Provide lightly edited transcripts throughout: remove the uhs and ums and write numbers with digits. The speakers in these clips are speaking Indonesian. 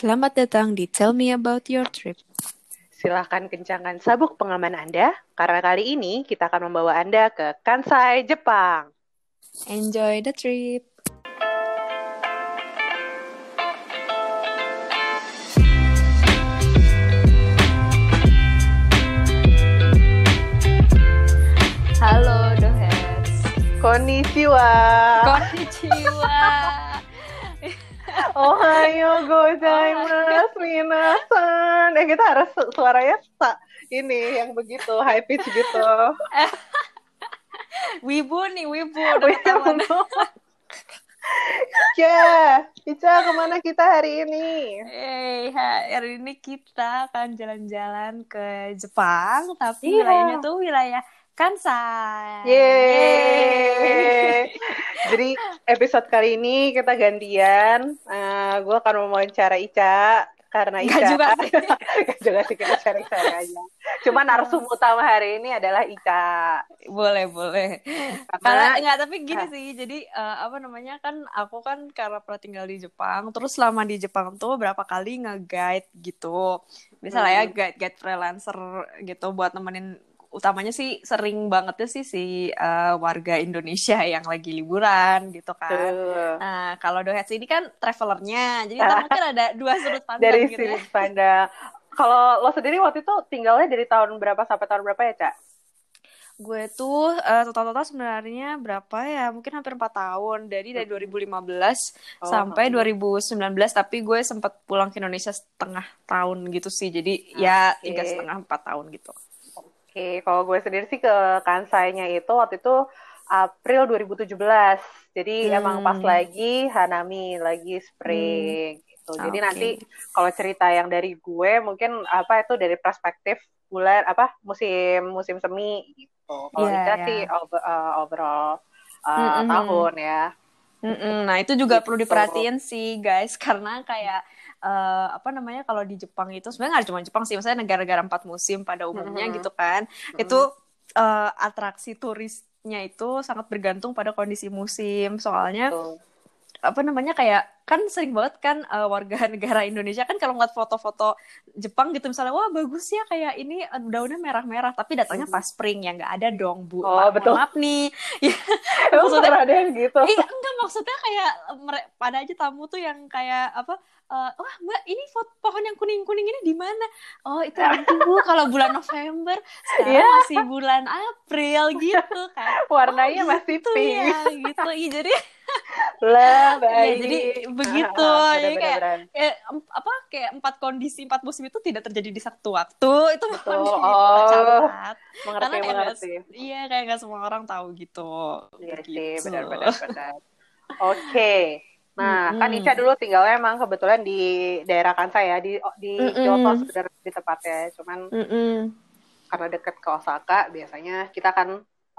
Selamat datang di Tell Me About Your Trip. Silahkan kencangkan sabuk pengaman Anda, karena kali ini kita akan membawa Anda ke Kansai, Jepang. Enjoy the trip. Halo Doheads. Konnichiwa. Konnichiwa. Ohayo gozaimasu minasan. Kita harus suaranya ini yang begitu high pitch gitu. Wibu nih, wibu. Udah ketahuan. Ya, Ica, kemana kita hari ini? Hari ini kita akan jalan-jalan ke Jepang, tapi Iya. wilayahnya tuh wilayah Kansai. Yeay. Jadi episode kali ini kita gantian. Gue akan mewawancara Ica karena Ica. Gak juga sih. Gak juga sih, kita sharing-sharing aja. Cuma narsum utama hari ini adalah Ica. Boleh. Karena enggak, tapi gini sih. Jadi kan aku kan karena pernah tinggal di Jepang, terus selama di Jepang tuh berapa kali nge-guide gitu. Bisa lah ya guide freelancer gitu buat nemenin, utamanya sih sering banget si warga Indonesia yang lagi liburan gitu kan. Nah, kalau Doheads ini kan travelernya, jadi mungkin ada dua sudut pandang dari gitu sudut pandang. Kalau lo sendiri waktu itu tinggalnya dari tahun berapa sampai tahun berapa ya, Cak? Gue tuh total sebenarnya berapa ya? Mungkin hampir 4 tahun. Dari 2015 sampai 2019. Tapi gue sempat pulang ke Indonesia setengah tahun gitu sih. Jadi ya 3,5-4 tahun gitu. Oke, kalau gue sendiri sih ke Kansai-nya itu waktu itu April 2017. Jadi emang pas lagi Hanami, lagi spring gitu. Jadi nanti kalau cerita yang dari gue mungkin itu dari perspektif bulan musim semi gitu. Kalau Ica sih overall tahun ya. Nah itu juga perlu diperhatiin sih guys, karena kayak kalau di Jepang itu sebenarnya nggak cuma Jepang sih, maksudnya negara-negara 4 musim pada umumnya gitu kan. Itu atraksi turisnya itu sangat bergantung pada kondisi musim. Soalnya kayak kan sering banget kan warga negara Indonesia kan kalau ngeliat foto-foto Jepang gitu misalnya, wah bagus ya kayak ini daunnya merah-merah, tapi datangnya pas spring ya, nggak ada dong Bu. Betul. Maaf nih. Maksudnya ada yang gitu. Enggak, maksudnya kayak pada aja tamu tuh yang kayak wah Mbak ini pohon yang kuning-kuning ini di mana? Oh itu nanti Bu kalau bulan November, sekarang masih bulan April gitu kan. Warnanya masih gitu pink. Ya, gitu. Iya jadi lah ya, jadi begitu ya, kayak 4 musim itu tidak terjadi di satu waktu, itu catat mengerti. Iya, kayak nggak semua orang tahu gitu. Iya sih, benar. Oke. Nah, kan Ica dulu tinggalnya emang kebetulan di daerah Kansai ya, di Kyoto sebenarnya di tepatnya, cuman karena dekat ke Osaka, biasanya kita kan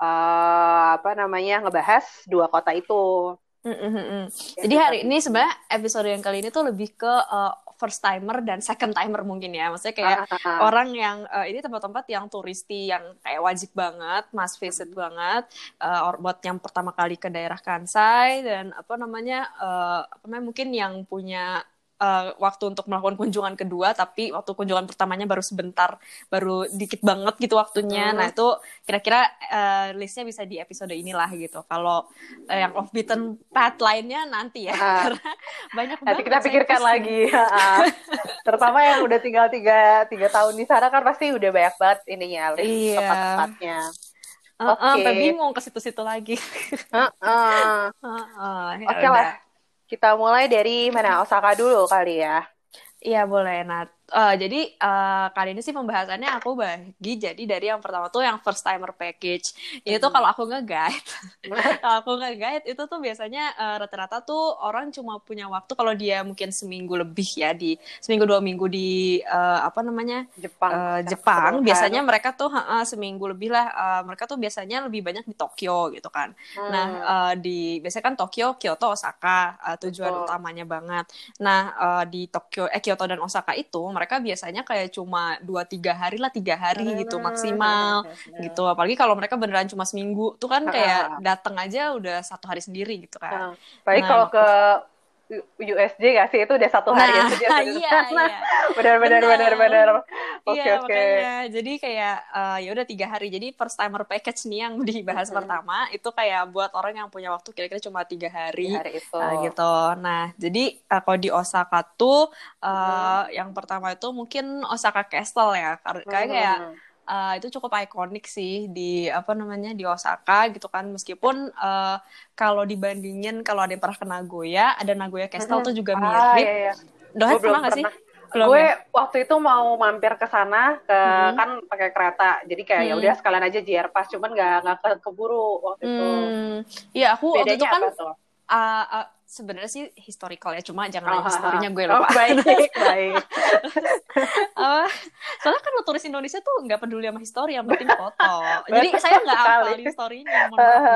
ngebahas 2 kota itu. Jadi hari ini sebenarnya episode yang kali ini tuh lebih ke first timer dan second timer mungkin ya. Maksudnya kayak orang yang ini tempat-tempat yang turisti yang kayak wajib banget, must visit banget buat yang pertama kali ke daerah Kansai, dan mungkin yang punya waktu untuk melakukan kunjungan kedua, tapi waktu kunjungan pertamanya baru sebentar, baru dikit banget gitu waktunya. Nah itu kira-kira listnya bisa di episode inilah gitu. Kalau yang off beaten path lainnya nanti ya, karena banyak banget. Nanti kita pikirkan lagi. Terutama yang udah tinggal 3 tahun di sana kan pasti udah banyak banget ininya, list tempat-tempatnya. Sampai bingung ke situ-situ lagi. Oke lah. Kita mulai dari mana? Osaka dulu kali ya. Iya boleh. Nah, jadi kali ini sih pembahasannya aku bagi jadi dari yang pertama tuh yang first timer package. Ini tuh kalau aku nge-guide, itu tuh biasanya rata-rata tuh orang cuma punya waktu kalau dia mungkin seminggu lebih ya, di seminggu 2 minggu di Jepang. Biasanya mereka tuh seminggu lebih lah. Mereka tuh biasanya lebih banyak di Tokyo gitu kan. Nah, biasanya kan Tokyo, Kyoto, Osaka tujuan utamanya banget. Nah, di Kyoto dan Osaka itu mereka biasanya kayak cuma 2-3 hari lah, 3 hari gitu maksimal gitu. Apalagi kalau mereka beneran cuma seminggu tuh kan kayak datang aja udah 1 hari sendiri gitu kan. Baik, kalau ke USJ gak sih? Itu udah 1 hari aja dia iya. benar. Oke. Makanya jadi kayak ya udah 3 hari. Jadi first timer package nih yang dibahas pertama itu kayak buat orang yang punya waktu kira-kira cuma 3 hari, 3 hari itu. Gitu. Nah, jadi kalau di Osaka tuh yang pertama itu mungkin Osaka Castle ya. Kayak itu cukup ikonik sih di di Osaka gitu kan, meskipun kalau dibandingin kalau ada yang pernah ke Nagoya, ada Nagoya Castle tuh juga mirip. Iya. Dohet pernah nggak sih? Belum, gue ya? waktu itu mau mampir ke sana kan pakai kereta, jadi kayak ya udah sekalian aja JR Pass, cuman nggak keburu waktu itu. Iya, aku waktu itu kan tuh? Sebenarnya sih historical ya, cuma jangan historinya gue lupa. Baik. Soalnya kan lo turis Indonesia tuh nggak peduli sama histori, yang penting foto. Jadi saya nggak hafal historinya,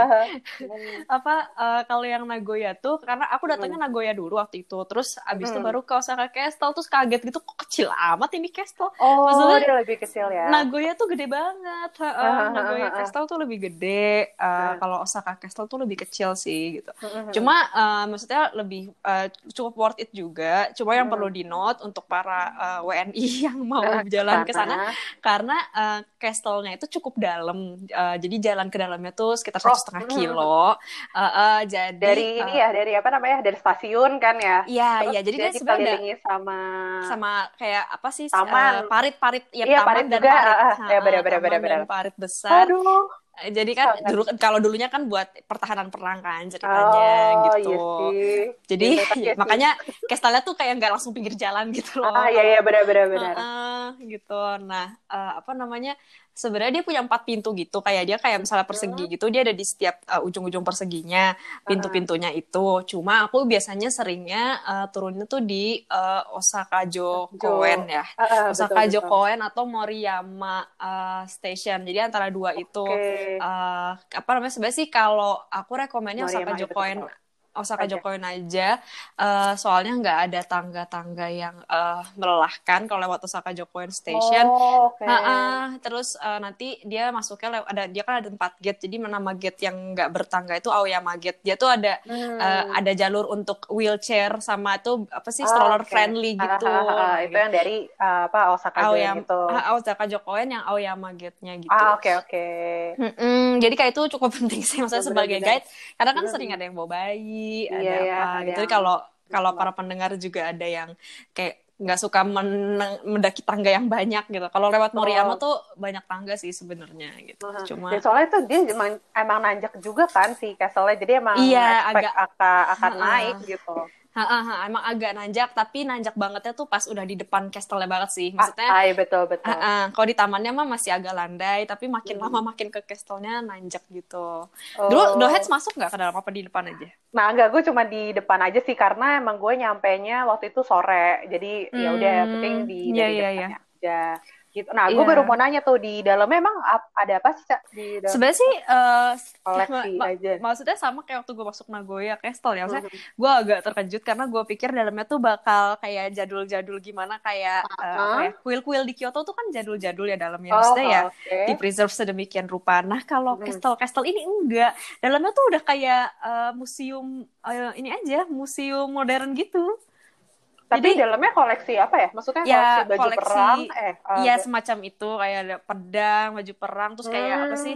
kalau yang Nagoya tuh, karena aku datangnya Nagoya dulu waktu itu, terus abis itu baru ke Osaka Castle, terus kaget gitu, kok kecil amat ini Castle. Maksudnya dia lebih kecil ya. Nagoya tuh gede banget. Nagoya Castle tuh lebih gede. Kalau Osaka Castle tuh lebih kecil sih gitu. Cuma maksudnya lebih cukup worth it juga. Cuma yang perlu di note untuk para WNI yang mau jalan ke sana, karena castle-nya itu cukup dalam. Jadi jalan ke dalamnya tuh sekitar 1,5 kilo. Jadi dari dari stasiun kan ya? Iya. Jadi kan sebenarnya dikelilingi sama kayak apa sih? Taman. Parit ya, taman parit dan juga. parit. Benar. Dan parit besar. Aduh. Jadi kan kalau dulunya kan buat pertahanan perang kan ceritanya gitu. Iya sih. Jadi makanya castle-nya tuh kayak nggak langsung pinggir jalan gitu loh. Iya benar. Gitu. Nah, sebenarnya dia punya 4 pintu gitu, kayak dia kayak misalnya persegi gitu, dia ada di setiap ujung-ujung perseginya pintu-pintunya itu. Cuma aku biasanya seringnya turunnya tuh di Osaka-jo Koen ya. Osaka-jo Koen atau Moriyama Station. Jadi antara dua itu. Sebenarnya sih kalau aku rekomennya Osaka-jo Koen. Osaka-jo Koen aja, soalnya nggak ada tangga-tangga yang melelahkan kalau lewat Osaka-jo Koen Station. Terus nanti dia masuknya dia kan ada 4 gate, jadi nama gate yang nggak bertangga itu Aoyama Gate. Dia tuh ada jalur untuk wheelchair sama itu stroller friendly gitu. Itu yang dari Osaka-jo gitu. Osaka-jo Koen yang Aoyama Gate-nya gitu. Oke. Jadi kayak itu cukup penting sih, maksudnya sebagai guide, karena kan sering ada yang bawa bayi. Ada gitu. Jadi kalau para pendengar juga ada yang kayak nggak suka mendaki tangga yang banyak gitu. Kalau lewat Moriyama tuh banyak tangga sih sebenarnya gitu. Cuma soalnya tuh dia emang nanjak juga kan si castle-nya. Jadi emang akan naik gitu. Emang agak nanjak, tapi nanjak bangetnya tuh pas udah di depan castle-nya banget sih. Maksudnya betul. Kalau di tamannya mah masih agak landai, tapi makin lama makin ke castle-nya nanjak gitu. Dulu Dohets masuk nggak ke dalam, apa di depan aja? Nah, enggak, gue cuma di depan aja sih, karena emang gue nyampenya waktu itu sore. Jadi ya udah penting dari depannya aja. Gitu. Nah, gue baru mau nanya tuh, di dalamnya emang ada apa sih, Cak? Sebenarnya sih koleksi aja. Maksudnya sama kayak waktu gue masuk Nagoya Castle ya. Maksudnya gue agak terkejut karena gue pikir dalamnya tuh bakal kayak jadul-jadul gimana, kayak kuil-kuil di Kyoto tuh kan jadul-jadul ya dalamnya. Maksudnya ya di preserve sedemikian rupa. Nah, kalau Castle ini enggak. Dalamnya tuh udah kayak museum ini aja, museum modern gitu. Tapi dalamnya koleksi apa ya? Maksudnya koleksi baju perang? Iya, semacam itu. Kayak ada pedang, baju perang, terus kayak apa sih?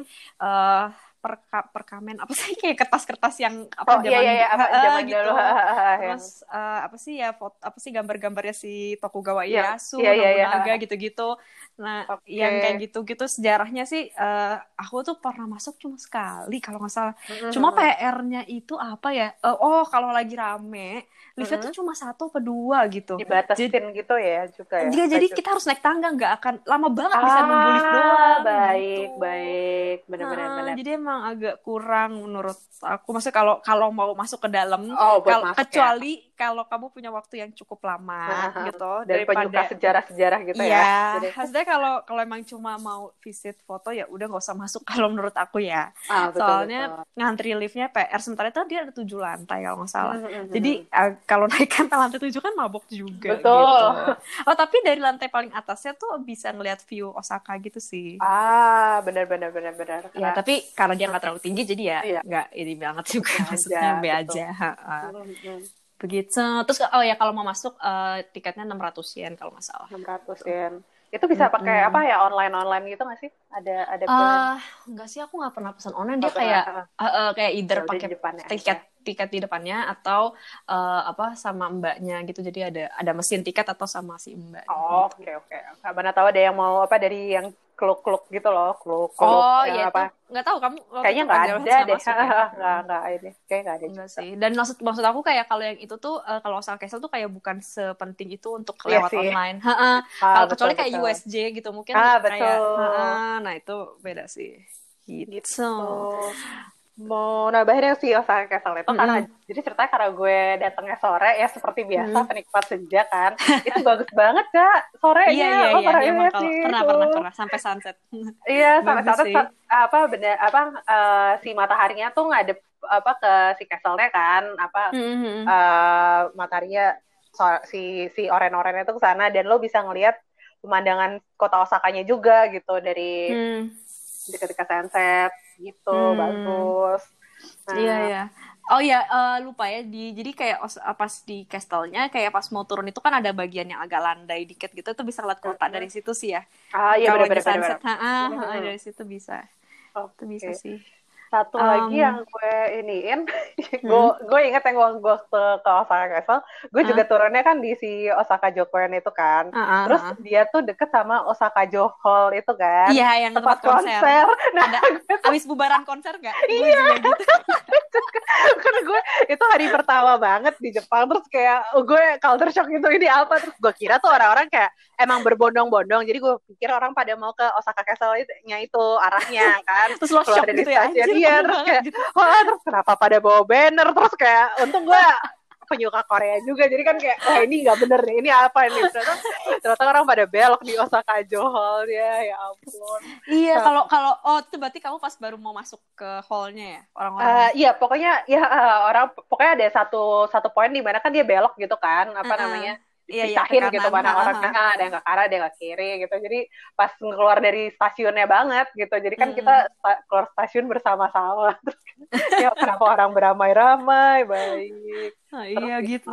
Perkamen apa sih, kayak kertas-kertas yang zaman gitu. Dulu. Terus apa sih gambar-gambarnya si Tokugawa Ieyasu, Nobunaga gitu-gitu. Nah, yang kayak gitu-gitu sejarahnya sih aku tuh pernah masuk cuma sekali kalau nggak salah. Cuma PR-nya itu apa ya? Kalau lagi rame, liftnya tuh cuma 1 atau 2 gitu. Dibatasin gitu ya juga ya. Jadi kita harus naik tangga, nggak akan lama banget bisa nunggu lift doang. Baik. Benar. Jadi emang agak kurang menurut aku. Maksudnya kalau mau masuk ke dalam, kecuali kalau kamu punya waktu yang cukup lama gitu. Daripada penyuka sejarah-sejarah gitu ya. Iya. Maksudnya kalau emang cuma mau visit foto ya udah nggak usah masuk kalau menurut aku ya. Soalnya ngantri liftnya PR. Sementara itu dia ada 7 lantai kalau nggak salah. Jadi kalau naikkan lantai 7 kan mabok juga. Betul. Gitu. Tapi dari lantai paling atasnya tuh bisa ngeliat view Osaka gitu sih. Benar. Ya, tapi karena dia nggak terlalu tinggi jadi ya nggak ini banget juga, maksudnya B aja. Begitu. Terus oh ya kalau mau masuk tiketnya 600 yen kalau nggak salah. 600 yen. Itu bisa pakai apa ya, online gitu nggak sih? Ada Enggak sih, aku nggak pernah pesan online. Dia nggak pernah. kayak either Ya udah pakai di depannya tiket aja. tiket di depannya atau apa sama mbaknya gitu. Jadi ada mesin tiket atau sama si mbaknya Oh, gitu. oke. Nggak mana tahu ada yang mau apa dari yang kluk-kluk gitu loh, kluk-kluk Oh yang ya itu apa? nggak tahu kamu waktu Kayaknya itu nggak aja ada nggak deh. masuk ya. Nggak ini. Kayak nggak ada Enggak juga. sih. Dan maksud aku kayak kalau yang itu tuh kalau Osaka Castle tuh kayak bukan sepenting itu untuk Iya lewat sih. online. Ah, Kalau betul kecuali kayak betul. USJ gitu mungkin kayak Betul. nah itu beda sih. Gitu. Gitu. Mau nambahin yang si Osaka Castle itu karena Mm-mm. jadi ceritanya karena gue datangnya sore ya seperti biasa Mm-mm. penikmat senja kan. Itu bagus banget Kak Iya sorenya. iya Lo iya pernah emang lihat kalau sih pernah itu? pernah sampai sunset. Iya, sampai Bagus saat sih. apa bener apa si mataharinya tuh ngadep apa ke si castle-nya kan, apa Mm-mm. mataharinya si oren-orennya tuh ke sana dan lo bisa ngelihat pemandangan kota Osakanya juga gitu dari Hmm. dekat-dekat sunset gitu, Hmm. bagus. Iya Nah, ya. Oh ya, lupa ya. Jadi kayak pas di castle-nya, kayak pas mau turun itu kan ada bagian yang agak landai dikit gitu. Tuh bisa lihat kota dari situ sih ya. iya Kalau lagi sunset, benar-benar. dari situ bisa. Itu bisa Oke. sih. Satu lagi Um, yang gue iniin, hmm, gue inget yang gue ke Osaka Castle, gue juga ah, turunnya kan di si Osaka Jokoen itu kan. ah, ah, Terus ah. dia tuh deket sama Osaka Jo Hall itu kan, Iya, yang tempat tempat konser. konser. Nah, Ada gue tuh, abis bubaran konser gak? Gue iya, juga gitu. kan gue itu hari pertama banget di Jepang, terus kayak gue culture shock gitu, ini apa? Terus gue kira tuh orang-orang kayak emang berbondong-bondong, jadi gue pikir orang pada mau ke Osaka Castle-nya itu arahnya kan, Terus lo keluar shock dari gitu ya, stasiun, anjir iya, penuh terus banget kayak gitu. wah, terus kenapa pada bawa banner, terus kayak untung gue penyuka Korea juga, jadi kan kayak wah ini nggak bener nih, ini apa nih, ternyata orang pada belok di Osaka Jo Hall ya ampun. Iya, kalau itu berarti kamu pas baru mau masuk ke hallnya ya, orang-orangnya. Iya pokoknya ya orang pokoknya ada satu poin di mana kan dia belok gitu kan apa namanya Iya, iya, ke dipisahin gitu kanan. mana orang ada yang ke kanan ada yang ke kiri gitu jadi pas keluar dari stasiunnya banget gitu jadi kan kita keluar stasiun bersama-sama terus ya kenapa orang beramai-ramai baik Oh, terus iya gitu.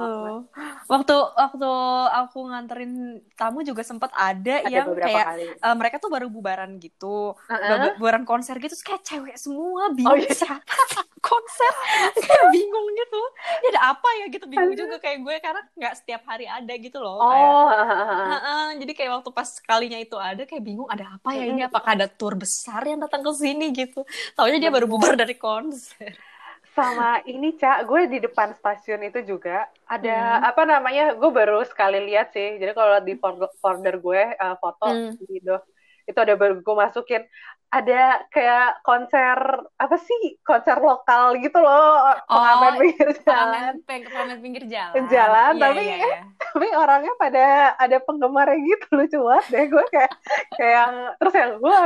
Waktu aku nganterin tamu juga sempat ada ada yang beberapa kayak kali mereka tuh baru bubaran gitu, uh-uh. bubaran konser gitu, terus kayak cewek semua, Oh bingung iya siapa sih konser, kayak bingung gitu. Ini ada apa ya gitu, bingung juga kayak gue karena nggak setiap hari ada gitu loh kayak. Jadi kayak waktu pas sekalinya itu ada kayak bingung ada apa ya ini, apakah ada tour besar yang datang ke sini gitu. Taunya dia baru bubar dari konser. sama ini Cak, gue di depan stasiun itu juga ada apa namanya, gue baru sekali lihat sih. Jadi kalau di folder gue foto gitu, itu ada baru gue masukin ada kayak konser apa sih konser lokal gitu loh pengamen pinggir jalan, pengamen pinggir jalan iya, tapi iya, iya. tapi orangnya pada ada penggemarnya gitu lucu banget deh gue kayak terus yang gue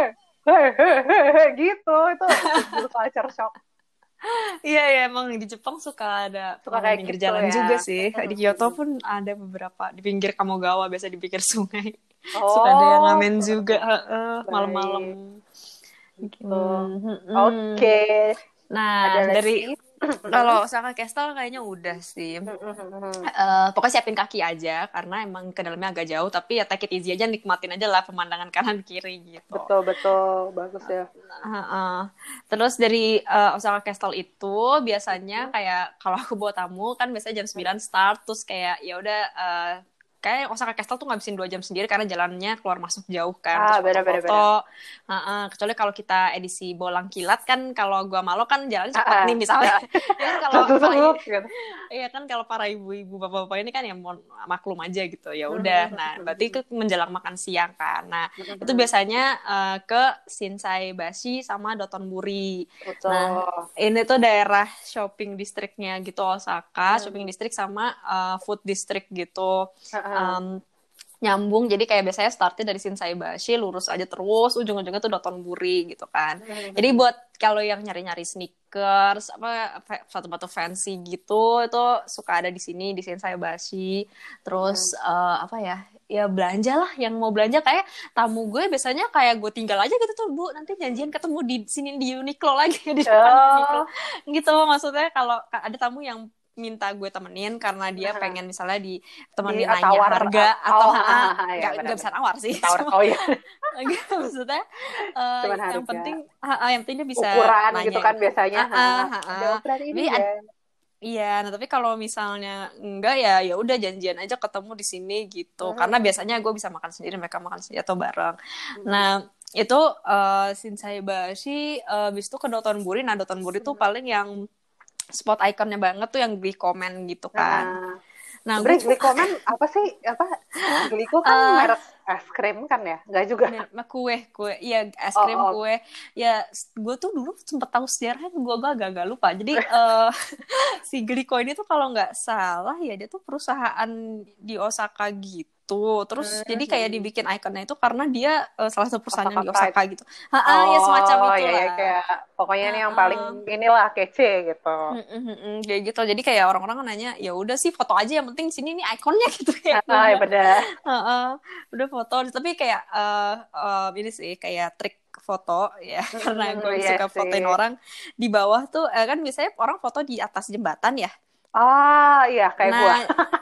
gitu itu culture shock. Iya ya emang di Jepang suka ada Suka kayak pinggir gitu jalan ya. juga sih. Di Kyoto pun ada beberapa di pinggir Kamogawa, biasa di pinggir sungai. Oh, Suka ada yang ngamen juga malam-malam. Gitu. Oke. Nah, Ada dari lagi? kalau Osaka Castle kayaknya udah sih. Pokoknya siapin kaki aja karena emang ke dalamnya agak jauh, tapi ya take it easy aja, nikmatin aja lah pemandangan kanan kiri gitu. Betul, bagus ya. Terus dari Osaka Castle itu biasanya kayak kalau aku bawa tamu kan biasanya jam 9 start, terus kayak ya udah kayak Osaka Castle tuh ngabisin 2 jam sendiri karena jalannya keluar masuk jauh kan, terus foto-foto. Kecuali kalau kita edisi bolang kilat kan, kalau gua malo kan jalannya cepat nih misalnya. Ya kan kalau para ibu-ibu bapak-bapak ini kan ya maklum aja gitu, ya udah. Nah berarti itu menjelang makan siang kan. Nah itu biasanya ke Shinsaibashi sama Dotonbori. Nah ini tuh daerah shopping districtnya gitu Osaka, shopping district sama food district gitu. Nyambung, jadi kayak biasanya startnya dari Shinsaibashi lurus aja terus ujung-ujungnya tuh Dotonbori gitu kan. Jadi buat kalau yang nyari-nyari sneakers apa sepatu-sepatu fancy gitu itu suka ada di sini di Shinsaibashi. Terus apa ya belanja lah, yang mau belanja kayak tamu gue biasanya kayak gue tinggal aja gitu tuh, Bu nanti janjian ketemu di sini di Uniqlo lagi di depan Uniqlo gitu. Maksudnya kalau ada tamu yang minta gue temenin karena dia pengen misalnya ditemenin Di nanya tawar, harga atau ya, nggak bisa nawar sih. tawar, oh ya. Maksudnya Cuman yang harga. yang penting dia bisa Ukuran nanya gitu kan biasanya. Ada ukuran tapi ini ya. iya, nah tapi kalau misalnya enggak ya udah janjian aja ketemu di sini gitu. Karena biasanya gue bisa makan sendiri, mereka makan sendiri atau bareng. Nah, itu Shinsaibashi habis itu ke Dotonbori. Nah, Dotonbori tuh paling yang spot ikonnya banget tuh yang Glicomen gitu kan. Nah, gue sebenarnya Glicomen apa sih? Glico kan merek es krim kan ya? Enggak juga. Kue, iya es krim kue. Ya, gue tuh dulu sempet tahu sejarahnya, gue agak lupa. Jadi si Glico ini tuh kalau nggak salah ya dia tuh perusahaan di Osaka gitu. Terus jadi kayak dibikin ikonnya itu karena dia salah satu perusahaan yang di Osaka gitu. Ya semacam itu lah. Ya, kayak pokoknya ini yang paling inilah kece gitu. Kayak gitu. Jadi kayak orang-orang nanya, ya udah sih foto aja, yang penting sini nih ikonnya gitu kayak. Ya benar. Udah foto, tapi kayak ini sih kayak trik foto ya, karena gue suka fotoin orang di bawah tuh kan biasanya orang foto di atas jembatan ya. Iya kayak gue.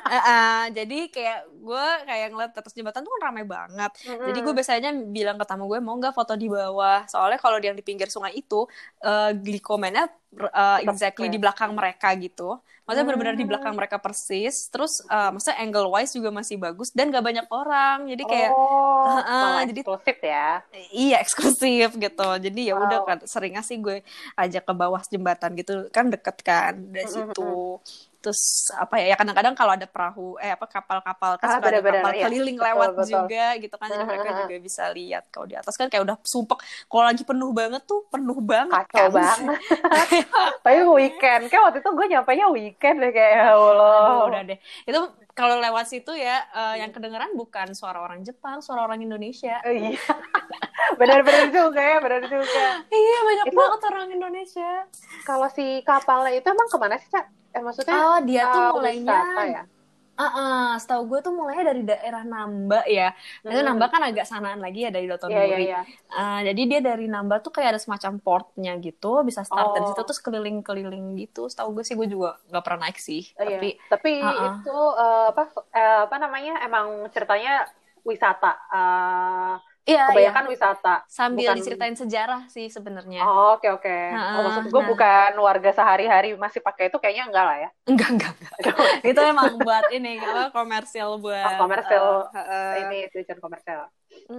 Jadi kayak gue kayak ngeliat atas jembatan tuh kan ramai banget. Jadi gue biasanya bilang ke tamu gue, mau nggak foto di bawah? Soalnya kalau yang di pinggir sungai itu Glicomennya exactly di belakang mereka gitu. Maksudnya benar-benar di belakang mereka persis. Terus maksudnya angle wise juga masih bagus dan gak banyak orang. Jadi kayak jadi eksklusif ya. Iya, eksklusif gitu. Jadi ya udah kan seringnya sih gue ajak ke bawah jembatan gitu, kan deket kan dari situ. Terus apa ya kadang-kadang kalau ada perahu kapal-kapal kan suka ada kapal keliling lewat juga gitu kan, jadi mereka juga bisa lihat. Kalau di atas kan kayak udah sumpek, kalau lagi penuh banget tuh penuh banget. Kacau kan banget. Tapi weekend kayak waktu itu gue nyampainya weekend deh kayak ya Allah. Udah deh itu kalau lewat situ ya yang kedengeran bukan suara orang Jepang, suara orang Indonesia. Iya. benar juga. Iya, banyak banget orang Indonesia. Kalau si kapalnya itu emang kemana sih, Cak? Maksudnya dia tuh mulainya ya? Setahu gue tuh mulainya dari daerah Namba ya. Itu Namba kan agak sanaan lagi ya dari Dotonbori. Jadi dia dari Namba tuh kayak ada semacam portnya gitu, bisa start dari situ terus keliling-keliling gitu. Setahu gue sih, gue juga nggak pernah naik sih. Tapi itu apa namanya? Emang ceritanya wisata. Kebanyakan wisata. Sambil diceritain sejarah sih sebenarnya. Oke. Maksud gue bukan warga sehari-hari masih pakai itu, kayaknya enggak lah ya. Enggak. Itu emang buat ini komersial buat komersial ini tujuan komersial.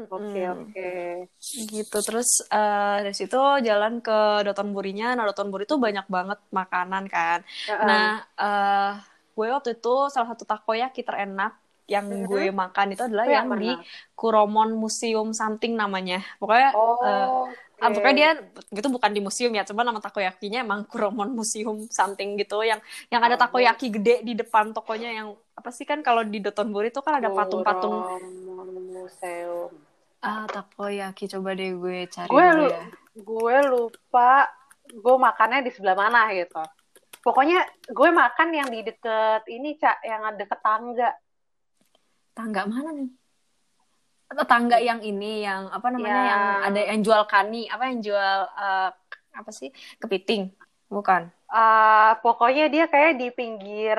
Oke. Gitu. Terus dari situ jalan ke Dotonborinya. Nah, Dotonbori tuh banyak banget makanan kan. Nah, gue waktu itu salah satu takoyaki terenak yang gue makan itu adalah yang di Kuromon Museum something namanya. Pokoknya pokoknya dia gitu, bukan di museum ya, cuma nama takoyakinya emang Kuromon Museum something gitu, yang ada takoyaki gede di depan tokonya. Yang apa sih kan kalau di Dotonbori itu kan ada patung-patung museum. Takoyaki, coba deh gue cari dulu ya. Gue lupa gue makannya di sebelah mana gitu. Pokoknya gue makan yang di deket ini, Cak, yang deket tangga. Tangga mana nih? Atau tangga yang ini, yang apa namanya, yang ada yang jual kani, yang jual apa sih, kepiting, bukan? Pokoknya dia kayak di pinggir.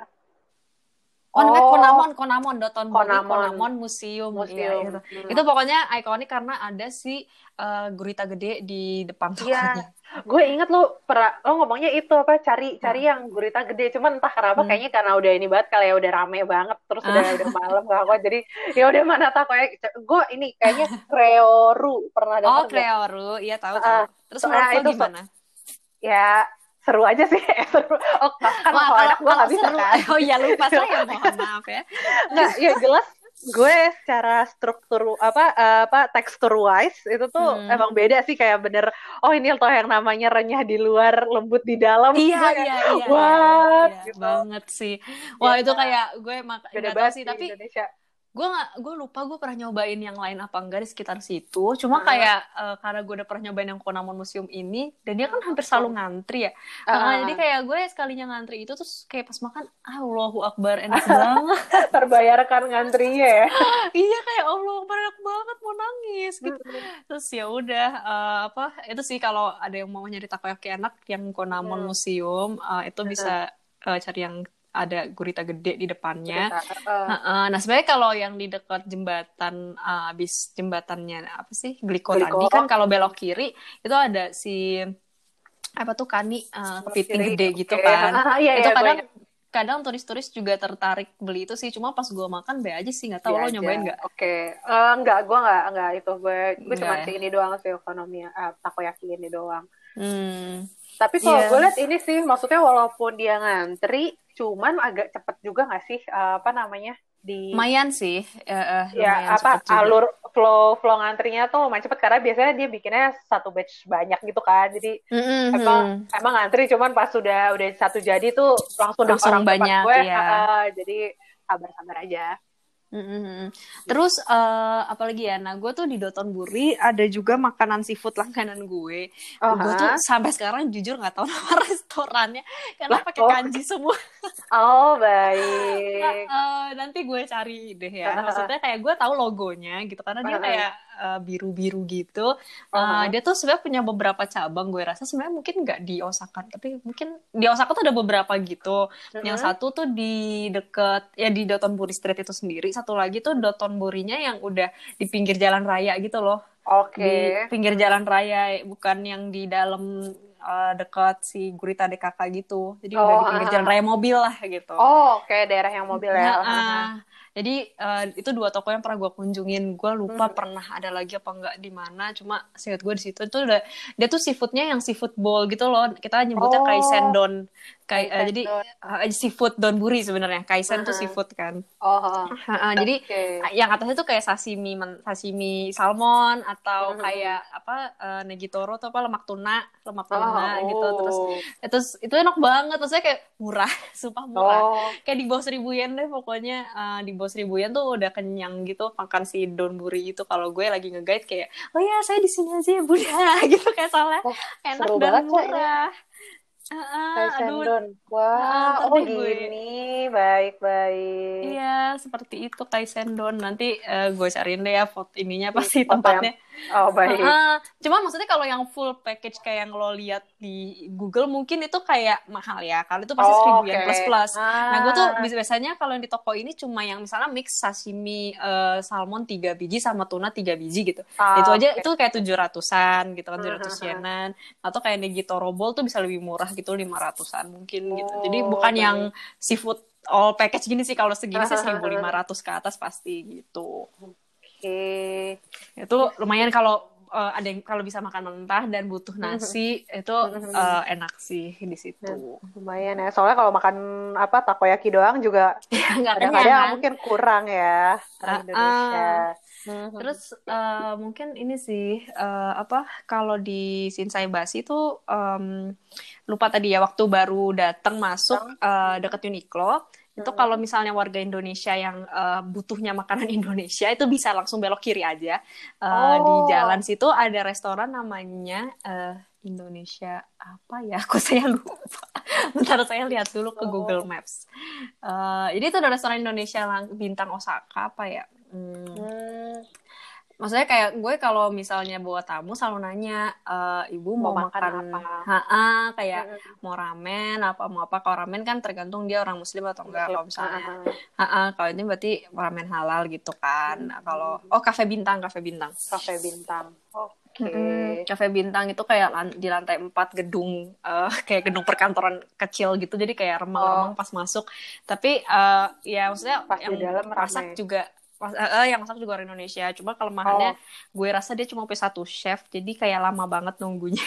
Namanya Konamon Dotonbori Konamon Museum. Iya, itu pokoknya ikonik karena ada si gurita gede di depan tokonya. Gue inget lo ngomongnya itu apa, cari yang gurita gede, cuman entah kenapa kayaknya karena udah ini banget kali ya, udah rame banget, terus udah malam gak kuat, jadi ya udah mana takoyaki. Gue ini kayaknya Kreoru pernah dengar. Kreoru, iya tahu. Terus menurut lo gimana? Ya seru aja sih. Seru. Kan kalau anak gue nggak bisa kan. Oh iya, lupa saya, mohon maaf ya. Nggak, ya jelas gue secara struktur tekstur wise itu tuh emang beda sih, kayak bener ini toh yang namanya renyah di luar lembut di dalam. Iya gitu banget sih. Wah, itu kayak gue beda banget sih, tapi Indonesia. Gue lupa gue pernah nyobain yang lain apa enggak di sekitar situ. Cuma kayak karena gue udah pernah nyobain yang Konamon Museum ini, dan dia kan hampir selalu ngantri ya. Jadi kayak gue sekalinya ngantri itu, terus kayak pas makan, Allahu Akbar, enak banget. Terbayarkan ngantrinya ya. Iya, kayak Allahu Akbar, enak banget, mau nangis gitu. Terus ya udah itu sih, kalau ada yang mau nyari takoyaki enak yang Konamon Museum itu bisa cari yang ada gurita gede di depannya. Gurita, Nah sebenarnya kalau yang di dekat jembatan abis jembatannya apa sih Gliko Gliko. tadi kan kalau belok kiri itu ada si apa tuh Kani kepiting Kiri, gede gitu oke. kan. Iya, Itu iya, gue kadang ingat. kadang turis-turis juga tertarik beli itu sih. Cuma pas gue makan be aja sih, nggak tahu Iya lo aja. nyobain nggak? Oke. Enggak, gue enggak itu. Gue Enggak cuma ya. si ini doang sih ekonomi takoyaki ini doang. Hmm, Tapi kalau gue iya. lihat ini sih, maksudnya walaupun dia ngantri, cuman agak cepet juga nggak sih, apa namanya, di Lumayan sih, ya lumayan apa cepet juga. alur flow ngantrinya tuh lumayan cepet karena biasanya dia bikinnya satu batch banyak gitu kan. Jadi emang Mm-mm. emang ngantri cuman pas udah satu jadi tuh langsung Langsung orang depan banyak gue, ya. jadi sabar-sabar aja. Mm-mm. Terus apalagi ya? Nah, gue tuh di Dotonburi ada juga makanan seafood langganan gue. Oh, Gue tuh sampai sekarang jujur nggak tahu nama restorannya karena lah pakai kok. kanji semua. Oh, baik. Nanti gue cari deh ya. Maksudnya kayak gue tahu logonya gitu karena dia kayak biru-biru gitu. Dia tuh sebenarnya punya beberapa cabang. Gue rasa sebenarnya mungkin nggak di Osaka, tapi mungkin di Osaka tuh ada beberapa gitu. Yang satu tuh di deket ya di Dotonbori Street itu sendiri. Satu lagi tuh Dotonborinya yang udah di pinggir jalan raya gitu loh. Di Oke. pinggir jalan raya, bukan yang di dalam dekat si Gurita DKK gitu. Jadi udah Oh, di pinggir jalan raya mobil lah gitu. oh, oke, daerah yang mobil ya. Jadi itu dua toko yang pernah gue kunjungin. Gue lupa pernah ada lagi apa enggak di mana. Cuma seingat gue di situ itu udah dia tuh seafoodnya yang seafood bowl gitu loh. Kita nyebutnya kaisen Oh, don. Jadi Kaisendon. seafood donburi sebenarnya. Kaisen tuh seafood kan. Oh, Jadi oke. yang atasnya tuh kayak sashimi salmon atau kayak apa negitoro tuh apa lemak tuna gitu. Terus Oh, itu enak banget. Maksudnya kayak murah, sumpah murah. oh, Kayak di bawah 1.000 yen deh pokoknya. Di bawah 1.000 yen tuh udah kenyang gitu makan si donburi itu. Kalau gue lagi nge-guide kayak, oh ya saya di sini aja ya bunda gitu kayak soalnya oh, enak seru dan banget Cak ini. murah. Aduh, Kaisendon. Wah, ntar oh deh gue. gini. Baik-baik. Iya, seperti itu kaisendon. Nanti gue cariin deh ya foto ininya Di pasti foto yang, tempatnya. oh baik. Cuma maksudnya kalau yang full package kayak yang lo lihat di Google mungkin itu kayak mahal ya. Kalau itu pasti Oh, 1.000 yen oke. plus. Nah, gue tuh Ah, biasanya kalau yang di toko ini cuma yang misalnya mix sashimi salmon 3 biji sama tuna 3 biji gitu. Itu aja oke. itu kayak 700-an gitu kan, 700 yenan. Atau kayak Negitoro bowl tuh bisa lebih murah gitu, 500-an mungkin gitu. Jadi Oh, bukan yang baik. seafood all package gini sih, kalau segini sih 1.500 ke atas pasti gitu. Oke. Itu lumayan kalau ada yang kalau bisa makan mentah dan butuh nasi itu enak sih di situ. Lumayan ya. Soalnya kalau makan apa takoyaki doang juga Nggak kenyang kadang-kadang kan? mungkin kurang ya orang Indonesia. Terus mungkin ini sih apa kalau di Shinsaibashi tuh lupa tadi ya waktu baru datang masuk deket Uniqlo. Itu kalau misalnya warga Indonesia yang butuhnya makanan Indonesia itu bisa langsung belok kiri aja. Di jalan Oh, situ ada restoran namanya Indonesia apa ya? Aku saya lupa. Bentar saya lihat dulu ke Google oh. Maps. Jadi itu ada restoran Indonesia bintang Osaka apa ya? Hmm, Maksudnya kayak gue kalau misalnya bawa tamu selalu nanya, ibu mau mau makan makan apa? kayak mau ramen mau apa. Kalau ramen kan tergantung dia orang muslim atau enggak. Muslim. Kalau misalnya kalau ini berarti ramen halal gitu kan. Nah, kalau kafe bintang. Cafe Bintang. Oke. Cafe bintang itu kayak di lantai 4 gedung kayak gedung perkantoran kecil gitu. Jadi kayak remang-remang Oh, pas masuk. Tapi ya maksudnya pas di yang dalam masak ramai. juga yang masak juga orang Indonesia. Cuma kelemahannya Oh, gue rasa dia cuma punya satu chef, jadi kayak lama banget nunggunya.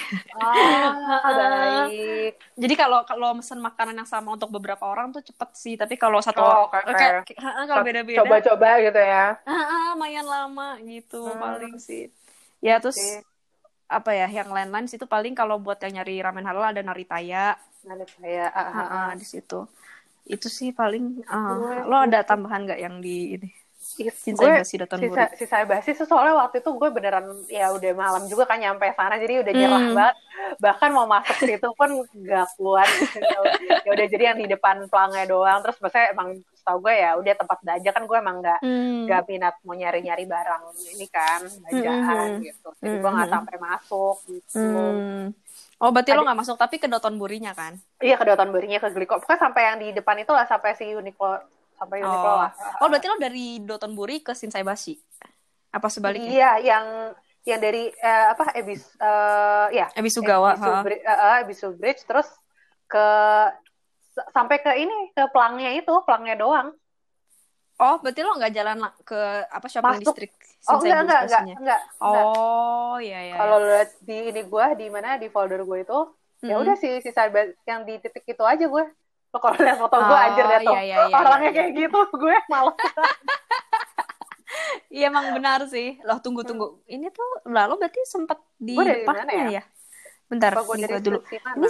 baik. Jadi kalau mesen makanan yang sama untuk beberapa orang tuh cepet sih, tapi kalau satu Oh, oke. kalau beda-beda Coba-coba gitu ya. lumayan lama gitu paling Hmm, sih. Ya terus oke. apa ya yang lain-lain situ paling kalau buat yang nyari ramen halal ada Naritaya Nanti saya. di situ. Itu sih paling Gue lo ada tambahan nggak yang di ini gue Shinsaibashi Dotonbori? sisa basi sih soalnya waktu itu gue beneran ya udah malam juga kan nyampe sana jadi udah nyerah banget bahkan mau masuk situ pun gak kuat gitu. Ya udah jadi yang di depan pelangnya doang terus maksudnya emang setahu gue ya udah tempat belanja kan gue emang gak minat mau nyari barang ini kan belanjaan gitu jadi gue nggak sampai masuk gitu. Oh, berarti lo nggak masuk tapi ke Dotonburinya kan? Iya, ke Dotonburinya, ke Gliko. Pokoknya sampai yang di depan itu lah, sampai si Uniqlo, sampai Uniqlo lah. Oh, berarti lo dari Dotonburi ke Shinsaibashi? Apa sebaliknya? Iya, yang dari ya Ebisugawa. Ebisu Bridge terus ke sampai ke ini, ke pelangnya doang. Oh, berarti lo nggak jalan ke apa shopping Masuk. district Oh, Shinsaibashi-nya? Oh, iya. Kalau lihat di ini gue, di mana di folder gue itu, ya udah sih sisa yang di titik itu aja gue. Lo kalau lihat foto gue anjir deh tuh. Iya, orangnya kayak gitu, gue malah. Iya, emang benar sih. Loh, tunggu. Ini tuh lalu berarti sempat di depannya ya? Bentar, nih gue dulu. Ini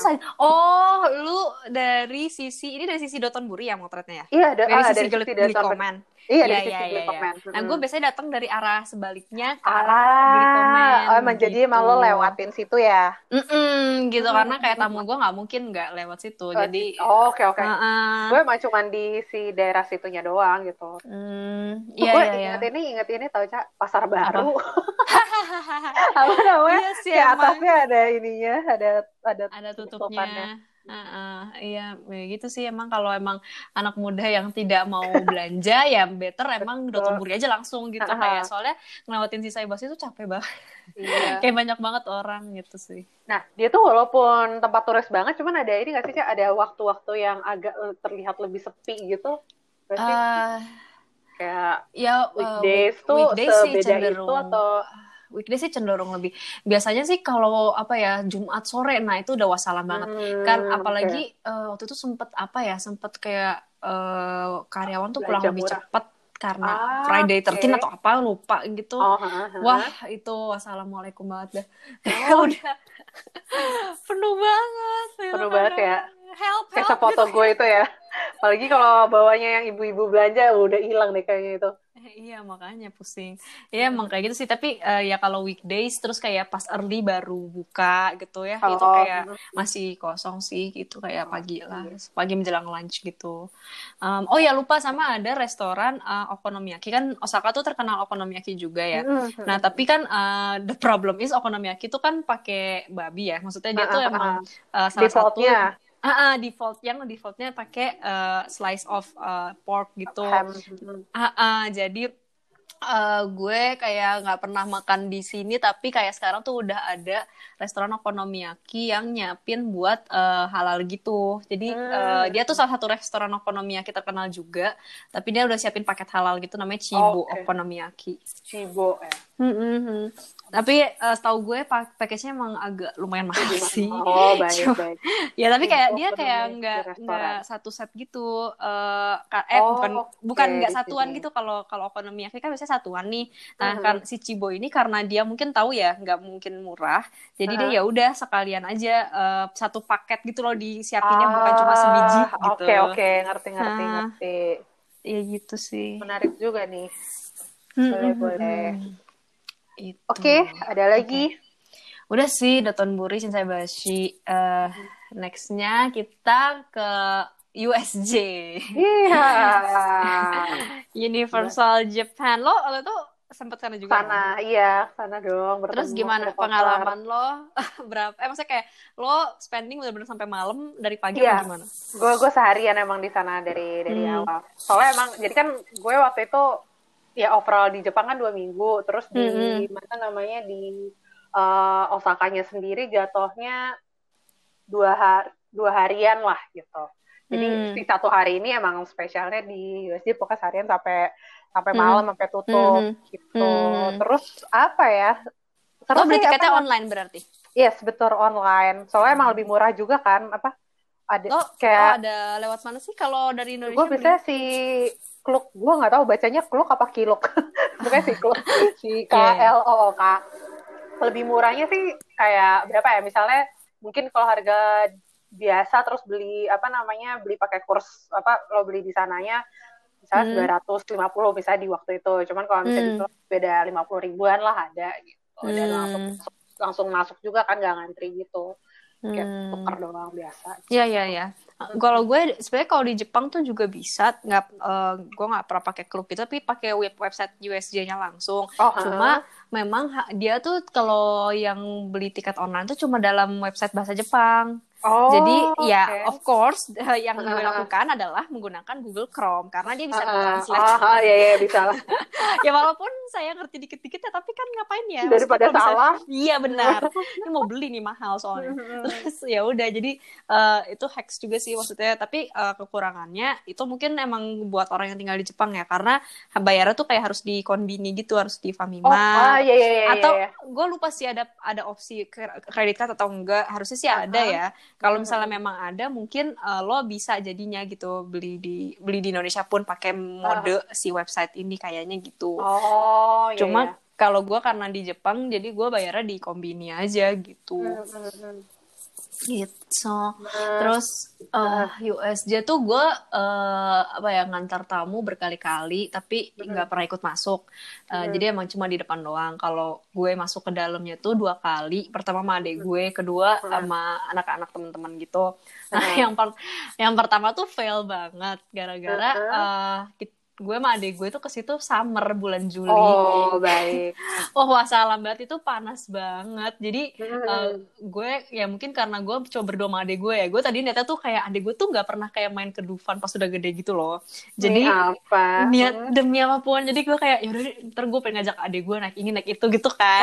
lu dari sisi Dotonburi ya motretnya ya? Iya, dari sisi Glikomen. Iya, dari sisi Glikomen. Nah, gue biasanya datang dari arah sebaliknya ke arah Glikomen. Oh, emang gitu. Jadi emang lo lewatin situ ya? Gitu, karena kayak tamu gue nggak mungkin nggak lewat situ. Jadi oke. Gue emang cuma di si daerah situnya doang gitu. Iya, gue inget ini tau Cak, Pasar Baru. Apa namanya? Iya sih, kayak atasnya ada ininya, ada tutupnya. Iya, gitu sih emang kalau emang anak muda yang tidak mau belanja ya better emang Dotonburi aja langsung gitu. Kayak soalnya ngelewatin Shinsaibashi itu capek banget. Iya. Kayak banyak banget orang gitu sih. Nah, dia tuh walaupun tempat turis banget, cuman ada ini nggak sih, Cak? Ada waktu-waktu yang agak terlihat lebih sepi gitu? Berarti kayak weekdays tuh sebeda itu atau weekday sih cenderung lebih. Biasanya sih kalau apa ya Jumat sore, nah itu udah wassalam banget. Kan apalagi waktu itu sempet kayak karyawan tuh pulang lebih cepat karena Friday 13 atau apa lupa gitu. Wah, itu wassalamualaikum banget dah. Udah penuh banget ya. Help kayak foto gitu. Gue itu ya. Apalagi kalau bawanya yang ibu-ibu belanja udah hilang deh kayaknya itu. Iya, makanya pusing. Iya, emang kayak gitu sih. Tapi ya kalau weekdays terus kayak pas early baru buka gitu ya. Itu kayak masih kosong sih gitu. Kayak pagi lah. Pagi menjelang lunch gitu. Oh ya, lupa sama ada restoran okonomiyaki. Kan Osaka tuh terkenal okonomiyaki juga ya. Nah, tapi kan the problem is okonomiyaki tuh kan pakai babi ya. Maksudnya dia tuh emang salah satu defaultnya pakai slice of pork gitu. Jadi gue kayak nggak pernah makan di sini, tapi kayak sekarang tuh udah ada restoran okonomiyaki yang nyiapin buat halal gitu. Jadi dia tuh salah satu restoran okonomiyaki terkenal juga, tapi dia udah siapin paket halal gitu, namanya Chibo Okonomiyaki. Chibo ya. Tapi setahu gue package-nya emang agak lumayan mahal sih. Baik. Ya tapi kayak dia kayak nggak satu set gitu. Bukan nggak satuan gitu. Kalau okonomiyaki kan biasanya satuan nih. Nah kan si Chibo ini karena dia mungkin tahu ya nggak mungkin murah. Jadi dia ya udah sekalian aja satu paket gitu loh disiapinnya, bukan cuma sebiji gitu. Oke, ngerti. Iya gitu sih. Menarik juga nih. Boleh. Oke, ada lagi? Udah sih, Dotonburi, Shinsaibashi. Next-nya kita ke USJ. Iya. Universal Japan. Lo tuh sempet sana juga? Sana dong. Terus gimana pengalaman lo? Berapa? Maksudnya kayak lo spending bener-bener sampai malam dari pagi apa gimana? Gue seharian emang di sana dari awal. Soalnya emang, jadi kan gue waktu itu ya overall di Jepang kan 2 minggu, terus di mana namanya di Osakanya sendiri jatuhnya 2 harian lah gitu. Jadi si 1 hari ini emang spesialnya di USJ pokoknya seharian sampai malam sampai tutup gitu. Terus apa ya? Lo beli tiketnya online berarti? Yes, betul online. Soalnya emang lebih murah juga kan ada lewat mana sih kalau dari Indonesia? Gue biasanya si Klook, gue nggak tahu bacanya Klook apa Kiluk. Bukan si Klook, si KLOOK. Lebih murahnya sih kayak berapa ya? Misalnya mungkin kalau harga biasa terus beli pakai kurs lo beli di sananya misalnya 950 misalnya di waktu itu. Cuman kalau misalnya beda 50 ribuan lah ada gitu. Dan langsung masuk juga kan, nggak ngantri gitu. kayak tukar doang biasa. Iya, iya, iya. Kalau gue sebenarnya kalau di Jepang tuh juga bisa, gue nggak pernah pakai klub gitu, tapi pakai website USJ-nya langsung. Cuma memang dia tuh kalau yang beli tiket online tuh cuma dalam website bahasa Jepang. Jadi ya of course yang gue lakukan adalah menggunakan Google Chrome karena dia bisa translate. Iya bisa lah. Ya walaupun saya ngerti dikit-dikit ya, tapi kan ngapain ya? Daripada salah. Iya benar. Ini mau beli nih mahal soalnya. Terus ya udah, jadi itu hacks juga sih maksudnya. Tapi kekurangannya itu mungkin emang buat orang yang tinggal di Jepang ya, karena bayarnya tuh kayak harus di konbini gitu, harus di Famima. Iya. Atau gue lupa sih ada opsi kredit card atau enggak. Harusnya sih ada ya. Kalau misalnya memang ada, mungkin lo bisa jadinya gitu beli di Indonesia pun pakai mode si website ini kayaknya gitu. Cuma kalau gue karena di Jepang, jadi gue bayarnya di kombini aja gitu. Gitu. Terus USJ tuh gue ngantar tamu berkali-kali, tapi nggak pernah ikut masuk. Jadi emang cuma di depan doang. Kalau gue masuk ke dalamnya tuh 2 kali. Pertama sama adik gue, kedua sama anak-anak teman-teman gitu. Nah, yang pertama tuh fail banget gara-gara gue sama adik gue tuh ke situ summer bulan Juli. Oh, baik. Puasa alam banget, itu panas banget. Jadi gue ya mungkin karena gue coba berdua sama adik gue ya. Gue tadi niatnya tuh kayak adik gue tuh nggak pernah kayak main ke Dufan pas udah gede gitu loh. Jadi niat demi apapun. Jadi gue kayak yaudah ntar gue pengen ngajak adik gue naik ini naik itu gitu kan.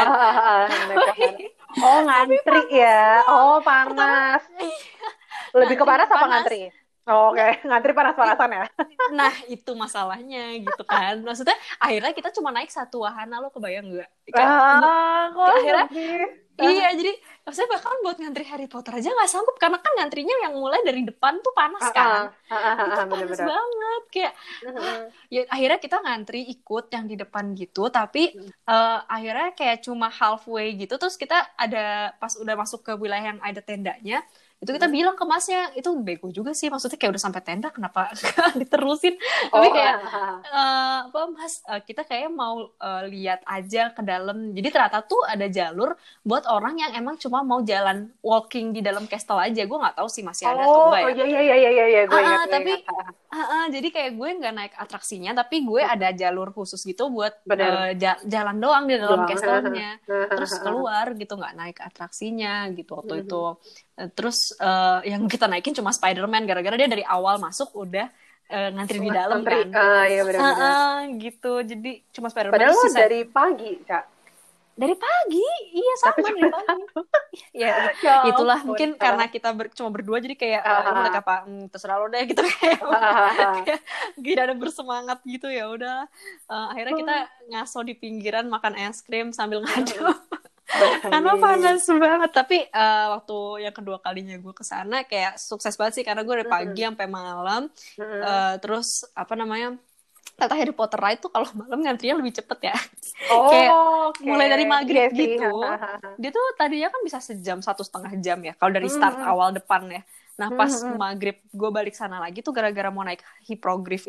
Ngantri ya. Panas. Lebih ke panas apa ngantri? Oke. Ngantri panas-panasan ya. Nah, itu masalahnya gitu kan. Maksudnya akhirnya kita cuma naik satu wahana, lo kebayang nggak? Akhirnya iya, jadi maksudnya bahkan buat ngantri Harry Potter aja nggak sanggup, karena kan ngantrinya yang mulai dari depan tuh panas kan. Itu panas banget kayak. Ya akhirnya kita ngantri ikut yang di depan gitu, tapi akhirnya kayak cuma halfway gitu. Terus kita ada pas udah masuk ke wilayah yang ada tendanya, itu kita bilang ke masnya, itu bego juga sih, maksudnya kayak udah sampai tenda kenapa diterusin. Tapi kayak mas, kita kayak mau lihat aja ke dalam. Jadi ternyata tuh ada jalur buat orang yang emang cuma mau jalan walking di dalam castle aja. Gue nggak tahu sih masih ada atau enggak ya. Iya gue ingat. Tapi jadi kayak gue nggak naik atraksinya, tapi gue ada jalur khusus gitu buat jalan doang di dalam castle-nya. Terus keluar gitu, nggak naik atraksinya gitu waktu itu. Terus yang kita naikin cuma Spider-Man, gara-gara dia dari awal masuk udah ngantri di dalam kan. Iya benar-benar. Gitu. Jadi cuma Spider-Man. Padahal lo dari pagi, Kak. Dari pagi, iya sama dari pagi. Ya itulah mungkin karena kita cuma berdua, jadi kayak mereka terserah lo deh gitu kayak tidak ada bersemangat gitu, ya udah. Akhirnya kita ngaso di pinggiran makan es krim sambil ngadem. Karena panas banget. Tapi waktu yang kedua kalinya gue kesana kayak sukses banget sih, karena gue dari pagi sampai malam. Terus ternyata Harry Potter Ride tuh kalau malam ngantrinya lebih cepet ya. Kayak mulai dari maghrib gitu. Dia tuh tadinya kan bisa sejam, 1,5 jam ya kalau dari start awal depan ya. Nah pas maghrib gue balik sana lagi tuh gara-gara mau naik hippogriff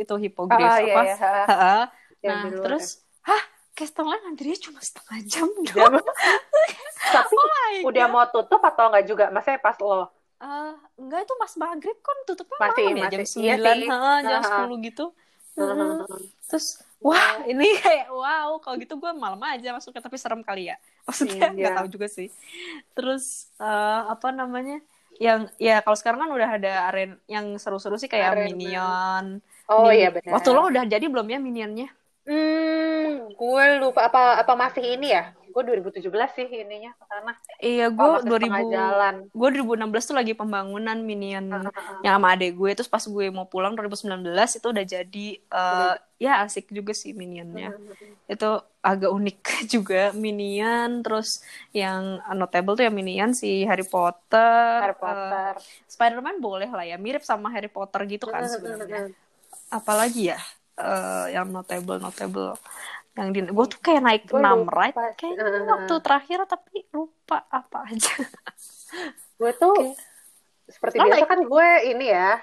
Nah terus Castle-nya ngantrinya cuma 1/2 jam doang. Tapi udah mau tutup atau enggak juga? Maksudnya pas lo? Enggak, itu pas maghrib kan tutupnya malam ya, jam 9, jam 10 gitu. Terus wah ini kayak wow, kalau gitu gue malam aja masuknya, tapi serem kali ya. Maksudnya nggak tahu juga sih. Terus yang ya kalau sekarang kan udah ada arena yang seru-seru sih kayak Minion. Iya benar. Waktu lo udah jadi belum ya Minionnya? Gue lupa apa masih ini ya? Gue 2017 sih ininya ke sana. Iya, gue 2016 tuh lagi pembangunan Minion yang sama adek gue. Terus pas gue mau pulang 2019 itu udah jadi ya asik juga sih Minionnya. Itu agak unik juga Minion. Terus yang notable tuh ya Minion, si Harry Potter. Spider-Man boleh lah ya, mirip sama Harry Potter gitu kan sebenarnya. Apalagi ya yang notable yang gue tuh kayak naik 6 ride kayaknya waktu terakhir, tapi lupa apa aja. Gue tuh seperti biasa kan gue ini ya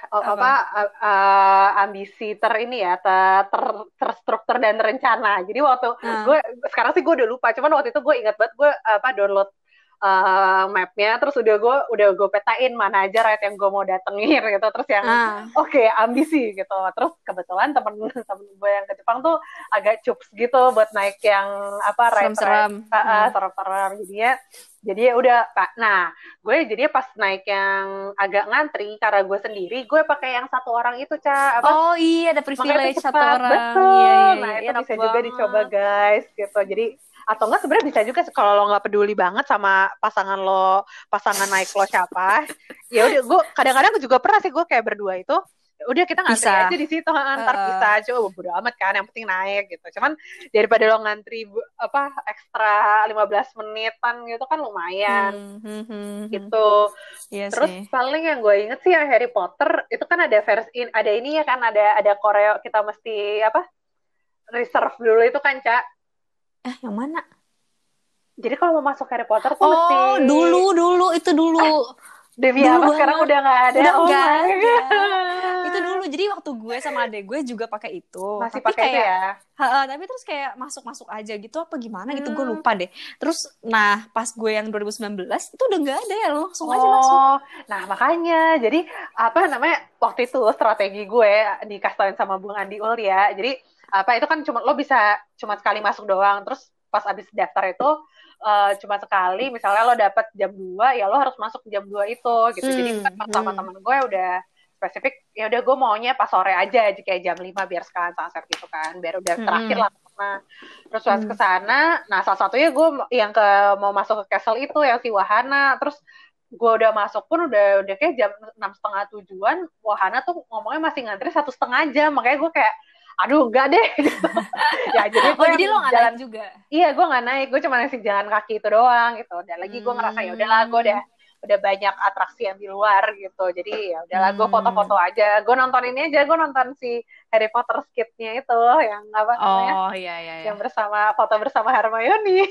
ambisi terstruktur dan terencana. Jadi waktu gue sekarang sih gue udah lupa, cuman waktu itu gue ingat banget gue download mapnya, terus udah gue petain mana aja ride yang gue mau datengin gitu, terus yang oke, ambisi gitu. Terus kebetulan temen gue yang ke Jepang tuh agak cups gitu buat naik yang ride serem-serem, jadi ya udah Kak. Nah, gue jadinya pas naik yang agak ngantri karena gue sendiri, gue pakai yang satu orang itu, Ca. Oh iya, ada privilege satu orang. Betul. Iya, Nah, itu enak bisa banget. juga dicoba, guys, gitu. Jadi atau enggak sebenarnya bisa juga kalau lo nggak peduli banget sama pasangan naik lo siapa. Ya udah, gue kadang-kadang juga pernah sih gue kayak berdua itu udah kita ngantri aja di situ, ntar bisa coba bodo amat kan, yang penting naik gitu. Cuman daripada lo ngantri ekstra 15 menitan gitu kan lumayan gitu. Iya terus sih. paling yang gue inget sih yang Harry Potter itu kan ada ada ini ya kan, ada koreo kita mesti reserve dulu itu kan, Cak. Yang mana? Jadi kalau mau masuk Harry Potter tuh mesti dulu itu dulu. Devi apa sekarang udah nggak ada. Udah nggak ada. Itu dulu. Jadi waktu gue sama adek gue juga pakai itu. Masih tapi pakai kayak, itu ya. Tapi terus kayak masuk aja gitu apa gimana gitu, gue lupa deh. Terus nah pas gue yang 2019 itu udah nggak ada ya, langsung aja masuk. Nah makanya jadi waktu itu strategi gue dikasih sama Bung Andi Ul ya. Jadi itu kan lo bisa cuma sekali masuk doang. Terus pas abis daftar itu cuma sekali, misalnya lo dapet jam 2, ya lo harus masuk jam 2 itu gitu. Jadi kan sama temen gue udah spesifik, ya udah gue maunya pas sore aja kayak jam 5 biar sekalian sunset gitu kan, biar udah terakhir lah. Nah, terus pas kesana, nah salah satunya gue yang mau masuk ke castle itu yang si Wahana. Terus gue udah masuk pun udah kayak jam 6:30, 7-an, Wahana tuh ngomongnya masih ngantri 1,5 jam, makanya gue kayak aduh enggak deh gitu. Ya jadi lo nggak naik juga? Iya, gue nggak naik, gue cuma ngasih jalan kaki itu doang gitu. Dan lagi gue ngerasa ya udahlah, gue udah banyak atraksi yang di luar gitu. Jadi ya udahlah, gue foto-foto aja. Gue nonton ini aja, gue nonton si Harry Potter skit-nya itu yang namanya? Iya. Yang foto bersama Hermione.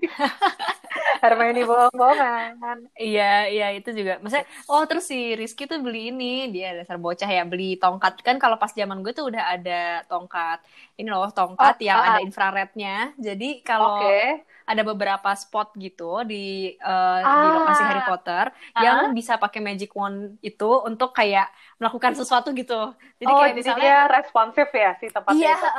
Hermione bohong-bohongan. Iya itu juga. Maksudnya, terus si Rizky tuh beli ini, dia dasar bocah ya, beli tongkat. Kan kalau pas zaman gue tuh udah ada tongkat. Ini loh, tongkat yang ada infrarednya. Jadi kalau ada beberapa spot gitu di lokasi Harry Potter yang bisa pakai magic wand itu untuk kayak melakukan sesuatu gitu. Jadi kayak misalnya dia responsif ya si tempatnya itu.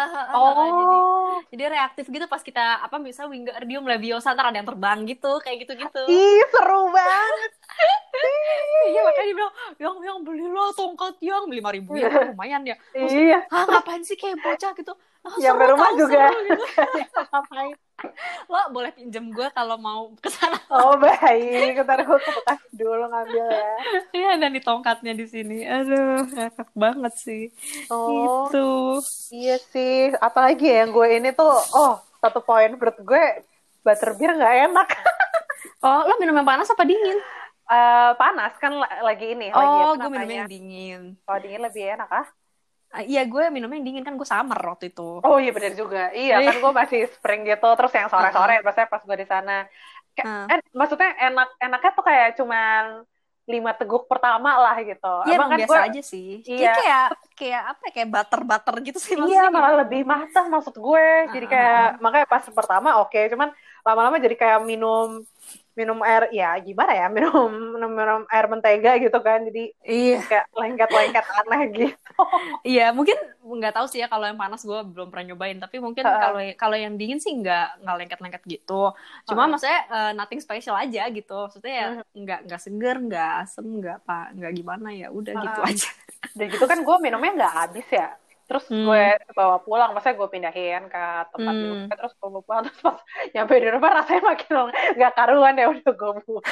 Jadi reaktif gitu pas kita misal Wingardium Leviosa, ntar ada yang terbang gitu, kayak gitu-gitu. Ih, seru banget. Iya, makanya dia bilang, yang belilah tongkat yang 5.000 ya, lumayan ya. Terus, iya. Ngapain sih kayak bocah gitu? Yang berumah juga. Gitu. Ngapain? Lo boleh pinjem gue kalau mau kesana. Oh baik, ntar gue ke Bekasi dulu ngambil ya. Iya, dan di tongkatnya di sini. Aduh, enak banget sih. Gitu. Iya sih, apalagi ya yang gue ini tuh, satu poin menurut gue, butterbeer nggak enak. Lo minum yang panas apa dingin? Panas kan lagi ini. Gue minum yang dingin. Oh, dingin lebih enak Iya, gue minumnya yang dingin, kan gue summer waktu itu. Oh iya benar juga. Iya kan gue masih spring gitu, terus yang sore-sore pas gue di sana. Maksudnya enaknya tuh kayak cuman 5 teguk pertama lah gitu. Iya, emang biasa aja sih. Iya. Kayak butter gitu sih Iya, maksudnya. malah lebih matang maksud gue. Jadi kayak makanya pas pertama oke, cuman lama-lama jadi kayak minum air, ya gimana ya, minum air mentega gitu kan, jadi kayak lengket-lengket aneh gitu. Iya, mungkin nggak tahu sih ya, kalau yang panas gue belum pernah nyobain, tapi mungkin kalau yang dingin sih nggak lengket-lengket gitu. Cuma maksudnya nothing special aja gitu, maksudnya ya nggak seger, nggak asem, nggak gimana, ya udah gitu aja. Dan gitu kan gue minumnya nggak habis ya. Terus gue bawa pulang, maksudnya gue pindahin ke tempat minumnya, terus gue bawa pulang, terus pas nyampe di rumah rasanya makin nggak karuan ya, udah gue buang.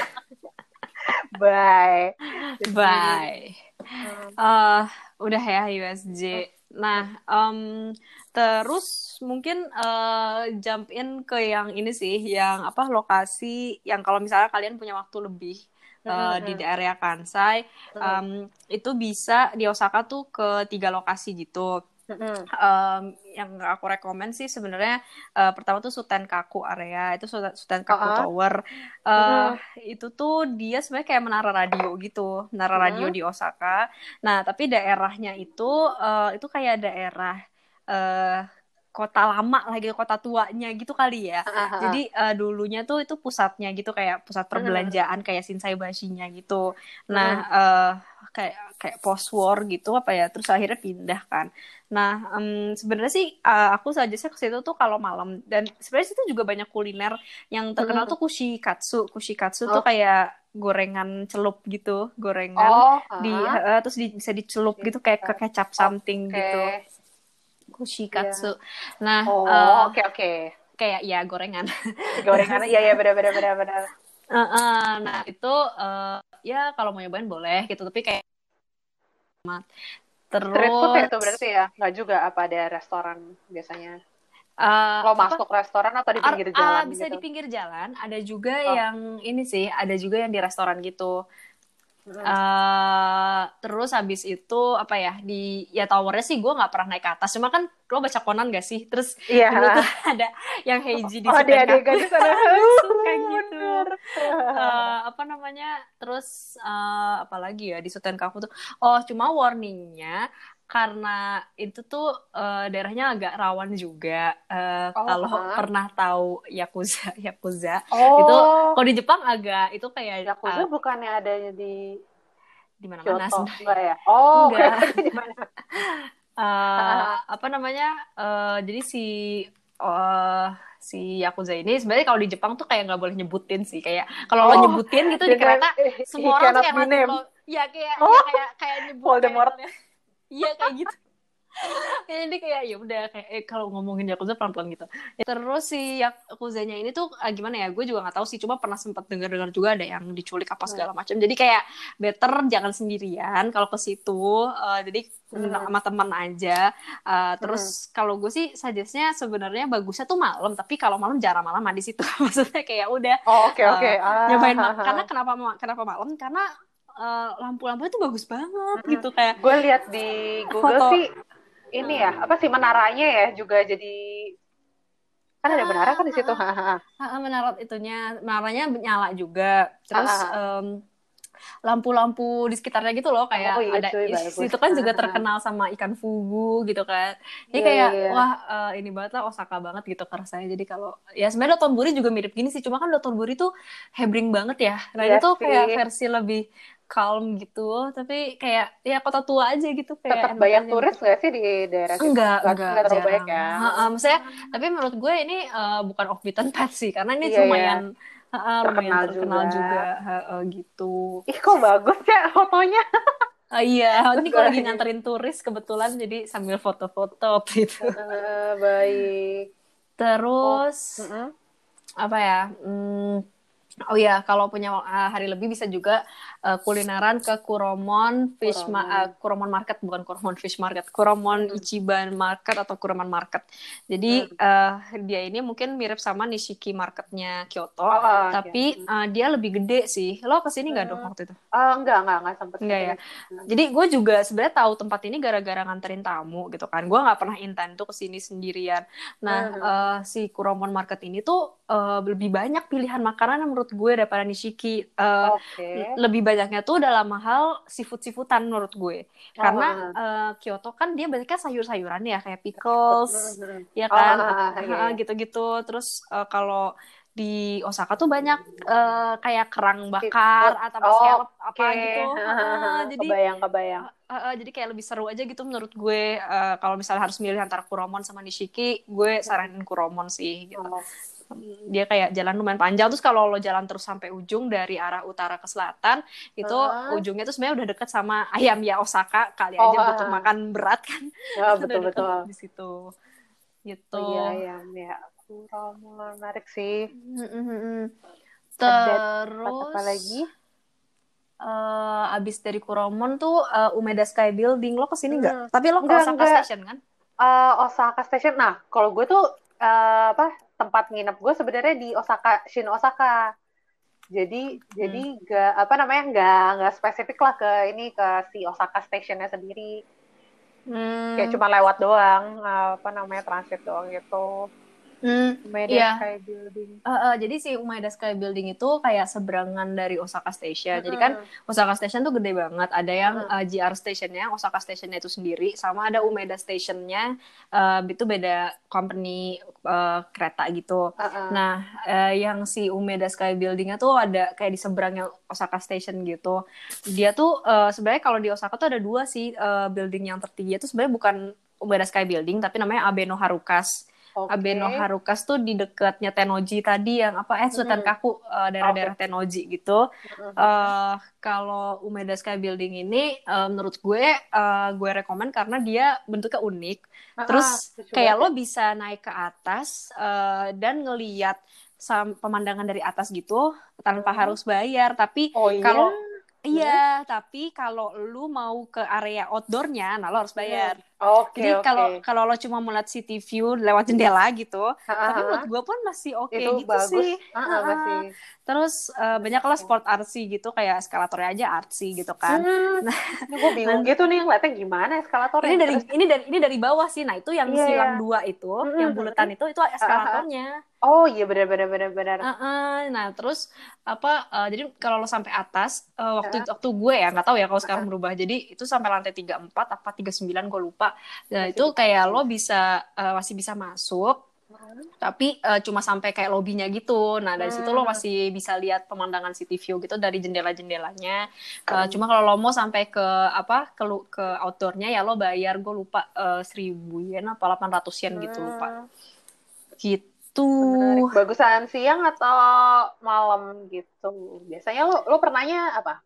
Bye. Udah ya USJ. Nah, terus mungkin jump in ke yang ini sih, yang lokasi yang kalau misalnya kalian punya waktu lebih di daerah Kansai, itu bisa di Osaka tuh ke 3 lokasi gitu. Yang aku rekomen sih sebenarnya pertama tuh Sutenkaku area, itu Sutenkaku Tower. Itu tuh dia sebenarnya kayak menara radio gitu, menara radio di Osaka. Nah tapi daerahnya itu kayak daerah kota lama lagi, kota tuanya gitu kali ya. Jadi dulunya tuh itu pusatnya gitu, kayak pusat perbelanjaan kayak Shinsaibashi-nya gitu. Nah, kayak post war gitu apa ya, terus akhirnya pindah kan. Nah, sebenarnya sih aku saja ke situ tuh kalau malam, dan sebenarnya situ juga banyak kuliner yang terkenal tuh kushikatsu. Kushikatsu tuh kayak gorengan celup gitu, gorengan terus bisa dicelup gitu kayak ke kecap something gitu. Kushikatsu. Nah, oke. Kayak ya gorengan. Gorengan, iya benar. Nah itu ya kalau mau nyobain boleh gitu, tapi kayak street food ya itu terus berarti ya, nggak juga apa ada restoran biasanya? Lo masuk restoran atau di pinggir jalan bisa gitu? di pinggir jalan, ada juga yang ini sih, ada juga yang di restoran gitu. Terus habis itu apa ya, di ya towernya sih gue nggak pernah naik ke atas, cuma kan lo baca Conan gak sih, terus dulu tuh ada yang Heiji di Sutenkaku di sana suka gitu. Apa namanya, terus apalagi ya di Sutenkaku tuh, cuma warningnya karena itu tuh daerahnya agak rawan juga. Kalau pernah tahu Yakuza itu kalau di Jepang agak itu kayak Yakuza bukannya adanya di mana-mana sebenarnya. Enggak ya? Enggak. Di mana? Apa namanya? Jadi si Yakuza ini sebenarnya kalau di Jepang tuh kayak nggak boleh nyebutin sih, kayak kalau lo nyebutin gitu di kereta semua orang tuh kayak nanti lo ya kayak nyebut Voldemort. Iya kayak gitu. Jadi kayak ya udah kayak kalau ngomongin Yakuza pelan-pelan gitu. Terus si Yakuzanya ini tuh gimana ya? Gue juga nggak tahu sih. Cuma pernah sempat dengar-dengar juga ada yang diculik apa segala macam. Jadi kayak better jangan sendirian kalau ke situ. Jadi sama teman aja. Terus kalau gue sih suggest-nya sebenarnya bagusnya tuh malam. Tapi kalau malam jarang malam di situ. Maksudnya kayak udah. Oke. Nyobain karena kenapa malam? Karena lampu-lampunya tuh bagus banget gitu, kayak gue lihat di Google sih ini ya apa sih menaranya ya juga jadi kan ada menara kan di situ. Menaranya nyala juga, terus lampu-lampu di sekitarnya gitu loh, kayak ada itu kan juga terkenal sama ikan fugu gitu kan. Jadi kayak wah ini banget lah, Osaka banget gitu rasanya. Jadi kalau ya sebenarnya Dotonbori juga mirip gini sih, cuma kan Dotonbori tuh hebring banget ya. Nah ini tuh kayak versi lebih calm gitu, tapi kayak ya kota tua aja gitu, kayak tetap banyak turis nggak sih di daerah situ? Enggak terlalu banyak ya. Maksudnya tapi menurut gue ini bukan off beaten path sih, karena ini lumayan terkenal juga. Gitu. Ih kok bagus ya fotonya. Iya, ini gue lagi nganterin turis kebetulan, jadi sambil foto-foto gitu. Baik. Terus apa ya? Oh ya, kalau punya hari lebih bisa juga kulineran ke Kuromon Kuromon Market, bukan Kuromon Fish Market, Kuromon Ichiban Market atau Kuromon Market. Jadi dia ini mungkin mirip sama Nishiki Marketnya Kyoto, tapi dia lebih gede sih. Lo kesini nggak dong waktu itu? Enggak sempet. Enggak ya. Jadi gue juga sebenarnya tahu tempat ini gara-gara nganterin tamu gitu kan. Gue nggak pernah intent tuh kesini sendirian. Nah, si Kuromon Market ini tuh lebih banyak pilihan makanan menurut gue daripada Nishiki. Lebih banyaknya tuh dalam hal seafood-seafoodan menurut gue. Karena Kyoto kan dia banyaknya sayur-sayuran ya, kayak pickles, ya kan, gitu-gitu. Terus kalau di Osaka tuh banyak kayak kerang bakar atau scallop apa gitu. Jadi kebayang. Jadi kayak lebih seru aja gitu menurut gue. Kalau misalnya harus milih antara Kuromon sama Nishiki, gue saranin Kuromon sih gitu. Dia kayak jalan lumayan panjang, terus kalau lo jalan terus sampai ujung dari arah utara ke selatan itu ujungnya tuh sebenarnya udah deket sama ayam ya Osaka, kali aja butuh makan berat kan. Betul di situ gitu. Iya ya, Kuromon menarik sih. Terus apa lagi? Abis dari Kuromon tuh Umeda Sky Building, lo kesini nggak? Tapi lo ke Osaka Station kan? Osaka Station. Nah, kalau gue tuh tempat nginep gue sebenarnya di Osaka, Shin Osaka. Jadi nggak spesifik lah ke si Osaka Stationnya sendiri. Kayak cuma lewat doang, transit doang gitu. Umeda Iya. Sky Building. Jadi si Umeda Sky Building itu kayak seberangan dari Osaka Station. Jadi kan Osaka Station tuh gede banget. Ada yang GR Stationnya, Osaka Stationnya itu sendiri, sama ada Umeda Stationnya, itu beda company kereta gitu. Nah, yang si Umeda Sky Buildingnya tuh ada kayak di seberangnya Osaka Station gitu. Dia tuh sebenarnya kalau di Osaka tuh ada dua sih building yang tertinggi itu sebenarnya bukan Umeda Sky Building, tapi namanya Abeno Harukas. Abeno Harukas tuh di dekatnya Tennoji tadi yang apa Sultan Kaku daerah-daerah Tennoji gitu. Kalau Umeda Sky Building ini menurut gue rekomen karena dia bentuknya unik. Terus kayak lo bisa naik ke atas dan ngeliat pemandangan dari atas gitu tanpa harus bayar. Tapi kalau iya, tapi kalau lu mau ke area outdoornya, nah lo harus bayar. Jadi kalau lo cuma melihat city view lewat jendela gitu, tapi menurut gue pun masih oke gitu bagus. Sih. Masih. Terus banyak lah sport artsy gitu, kayak eskalatornya aja artsy gitu kan. Nah, gue bingung gitu nih ngeliatnya gimana eskalatornya. Ini dari bawah sih. Nah itu yang silang dua itu, yang buletan itu eskalatornya. Oh iya benar. Nah terus jadi kalau lo sampai atas waktu gue ya nggak tahu ya kalau sekarang berubah. Jadi itu sampai lantai 34 apa 39 gue lupa. Nah itu kayak lo bisa masih bisa masuk. Tapi cuma sampai kayak lobbynya gitu. Nah dari situ lo masih bisa lihat pemandangan city view gitu dari jendela-jendelanya. Cuma kalau lo mau sampai ke ke outdoornya ya lo bayar, gue lupa 1.000 yen apa 800 yen gitu lupa. Gitu. Menarik. Bagusan siang atau malam gitu? Biasanya lo pernahnya apa?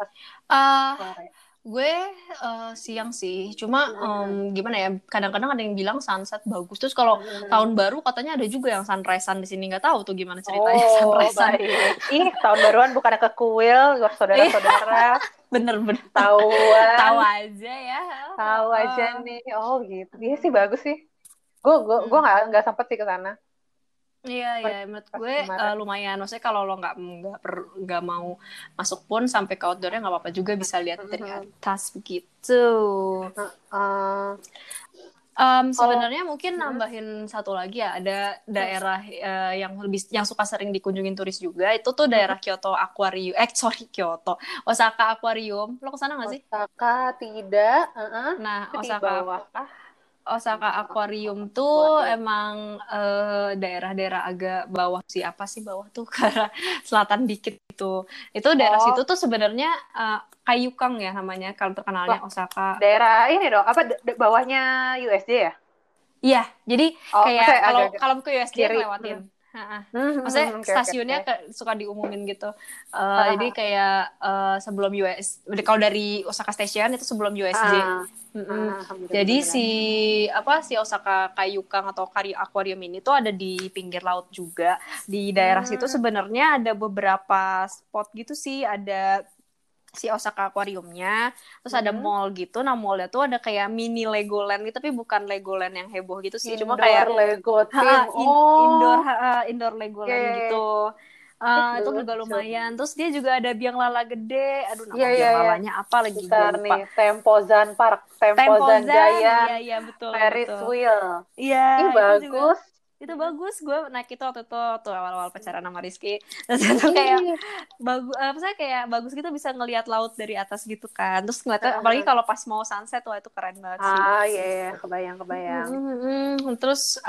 Gue siang sih, cuma gimana ya? Kadang-kadang ada yang bilang sunset bagus. Terus kalau tahun baru katanya ada juga yang sunrise-an di sini, nggak tahu tuh gimana ceritanya sunrise-an. Ih, tahun baruan bukan ke kuil, saudara-saudara. Bener. Tahu aja ya. Tahu aja nih. Oh gitu. Iya sih bagus sih. Gue nggak sempet sih ke sana. Iya, menurut gue lumayan. Maksudnya kalau lo nggak mau masuk pun sampai ke outdoornya nggak apa-apa juga, bisa lihat dari atas begitu. Sebenarnya mungkin nambahin satu lagi ya, ada daerah yang suka sering dikunjungin turis juga. Itu tuh daerah Kyoto Aquarium. Kyoto, Osaka Aquarium. Lo kesana nggak sih? Osaka tidak. Nah, Osaka Aquarium tuh emang daerah-daerah agak bawah sih, apa sih bawah tuh karena selatan dikit gitu. Itu daerah situ tuh sebenarnya Kaiyukan ya namanya kalau terkenalnya Osaka. Daerah ini dong, apa bawahnya USJ ya? Iya, jadi kayak kalau ke USJ lewatin. Maksudnya stasiunnya suka diumumin gitu. Jadi kayak sebelum kalau dari Osaka Station itu sebelum USJ. Jadi si Osaka Kaiyukan atau Kari Aquarium ini tuh ada di pinggir laut juga. Di daerah situ sebenarnya ada beberapa spot gitu sih, ada si Osaka Aquariumnya, terus ada mall gitu. Nah mallnya tuh ada kayak mini Legoland gitu, tapi bukan Legoland yang heboh gitu sih, cuma kayak Lego indoor Legoland gitu. Itu juga lumayan. Terus dia juga ada biang lala gede. Aduh, nama biang lalanya apa lagi gue lupa. Nih, Tempozan Park, Tempozan Jaya. Iya, betul. Ferris wheel. Iya, itu bagus. Itu bagus. Gue naik itu waktu itu tuh awal-awal pacaran sama Rizky. Terus itu kayak bagus, kayak bagus gitu, bisa ngelihat laut dari atas gitu kan. Terus ngeliat apalagi kalau pas mau sunset, wah itu keren banget sih. Iya, kebayang. Terus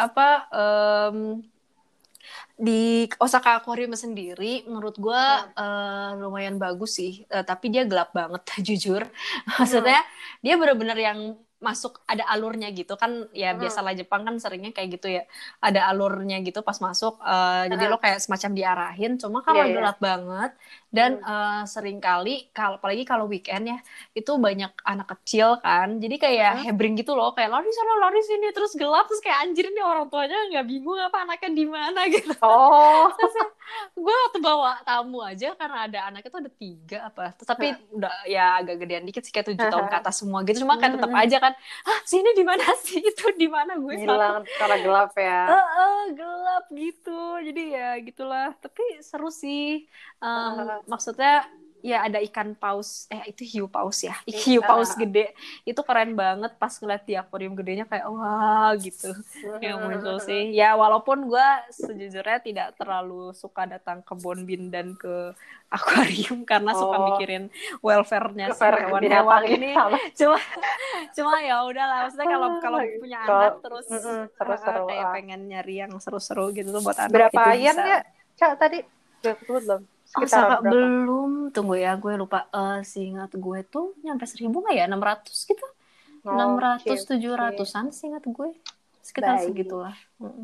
di Osaka Aquarium sendiri menurut gue lumayan bagus sih, tapi dia gelap banget jujur. Maksudnya dia benar-benar yang masuk ada alurnya gitu kan ya, biasalah Jepang kan seringnya kayak gitu ya, ada alurnya gitu pas masuk, jadi lo kayak semacam diarahin, cuma karena gelap banget dan seringkali apalagi kalau weekend ya itu banyak anak kecil kan, jadi kayak hebring gitu loh, kayak lari sana lari sini, terus gelap, terus kayak anjir nih orang tuanya nggak bingung apa anaknya di mana gitu. Terus gue waktu bawa tamu aja karena ada anaknya tuh ada 3 apa, tapi udah ya agak gedean dikit sih, kayak 7 tahun ke atas semua gitu, cuma kayak tetap aja kan, sini di mana sih, itu di mana, gue bilang karena gelap ya. Gelap gitu, jadi ya gitulah, tapi seru sih. Maksudnya ya ada ikan paus, itu hiu paus ya, hiu paus gede, itu keren banget pas ngeliat di akuarium gedenya kayak wah gitu, yang muncul sih. Ya walaupun gue sejujurnya tidak terlalu suka datang ke Bonbin dan ke akuarium karena suka mikirin welfare-nya si hewan-hewan ini. Cuma ya udahlah, maksudnya kalau punya anak terus seru-seru kayak pengen nyari yang seru-seru gitu tuh buat anak berapa itu yen bisa. ya Cak tadi udah sebut belum sekitaran Osaka berapa? belum, tunggu ya, gue lupa. Seingat gue tuh nyampe 1.000 nggak ya? 600 gitu. 600-700an seingat gue. Sekitar segitulah.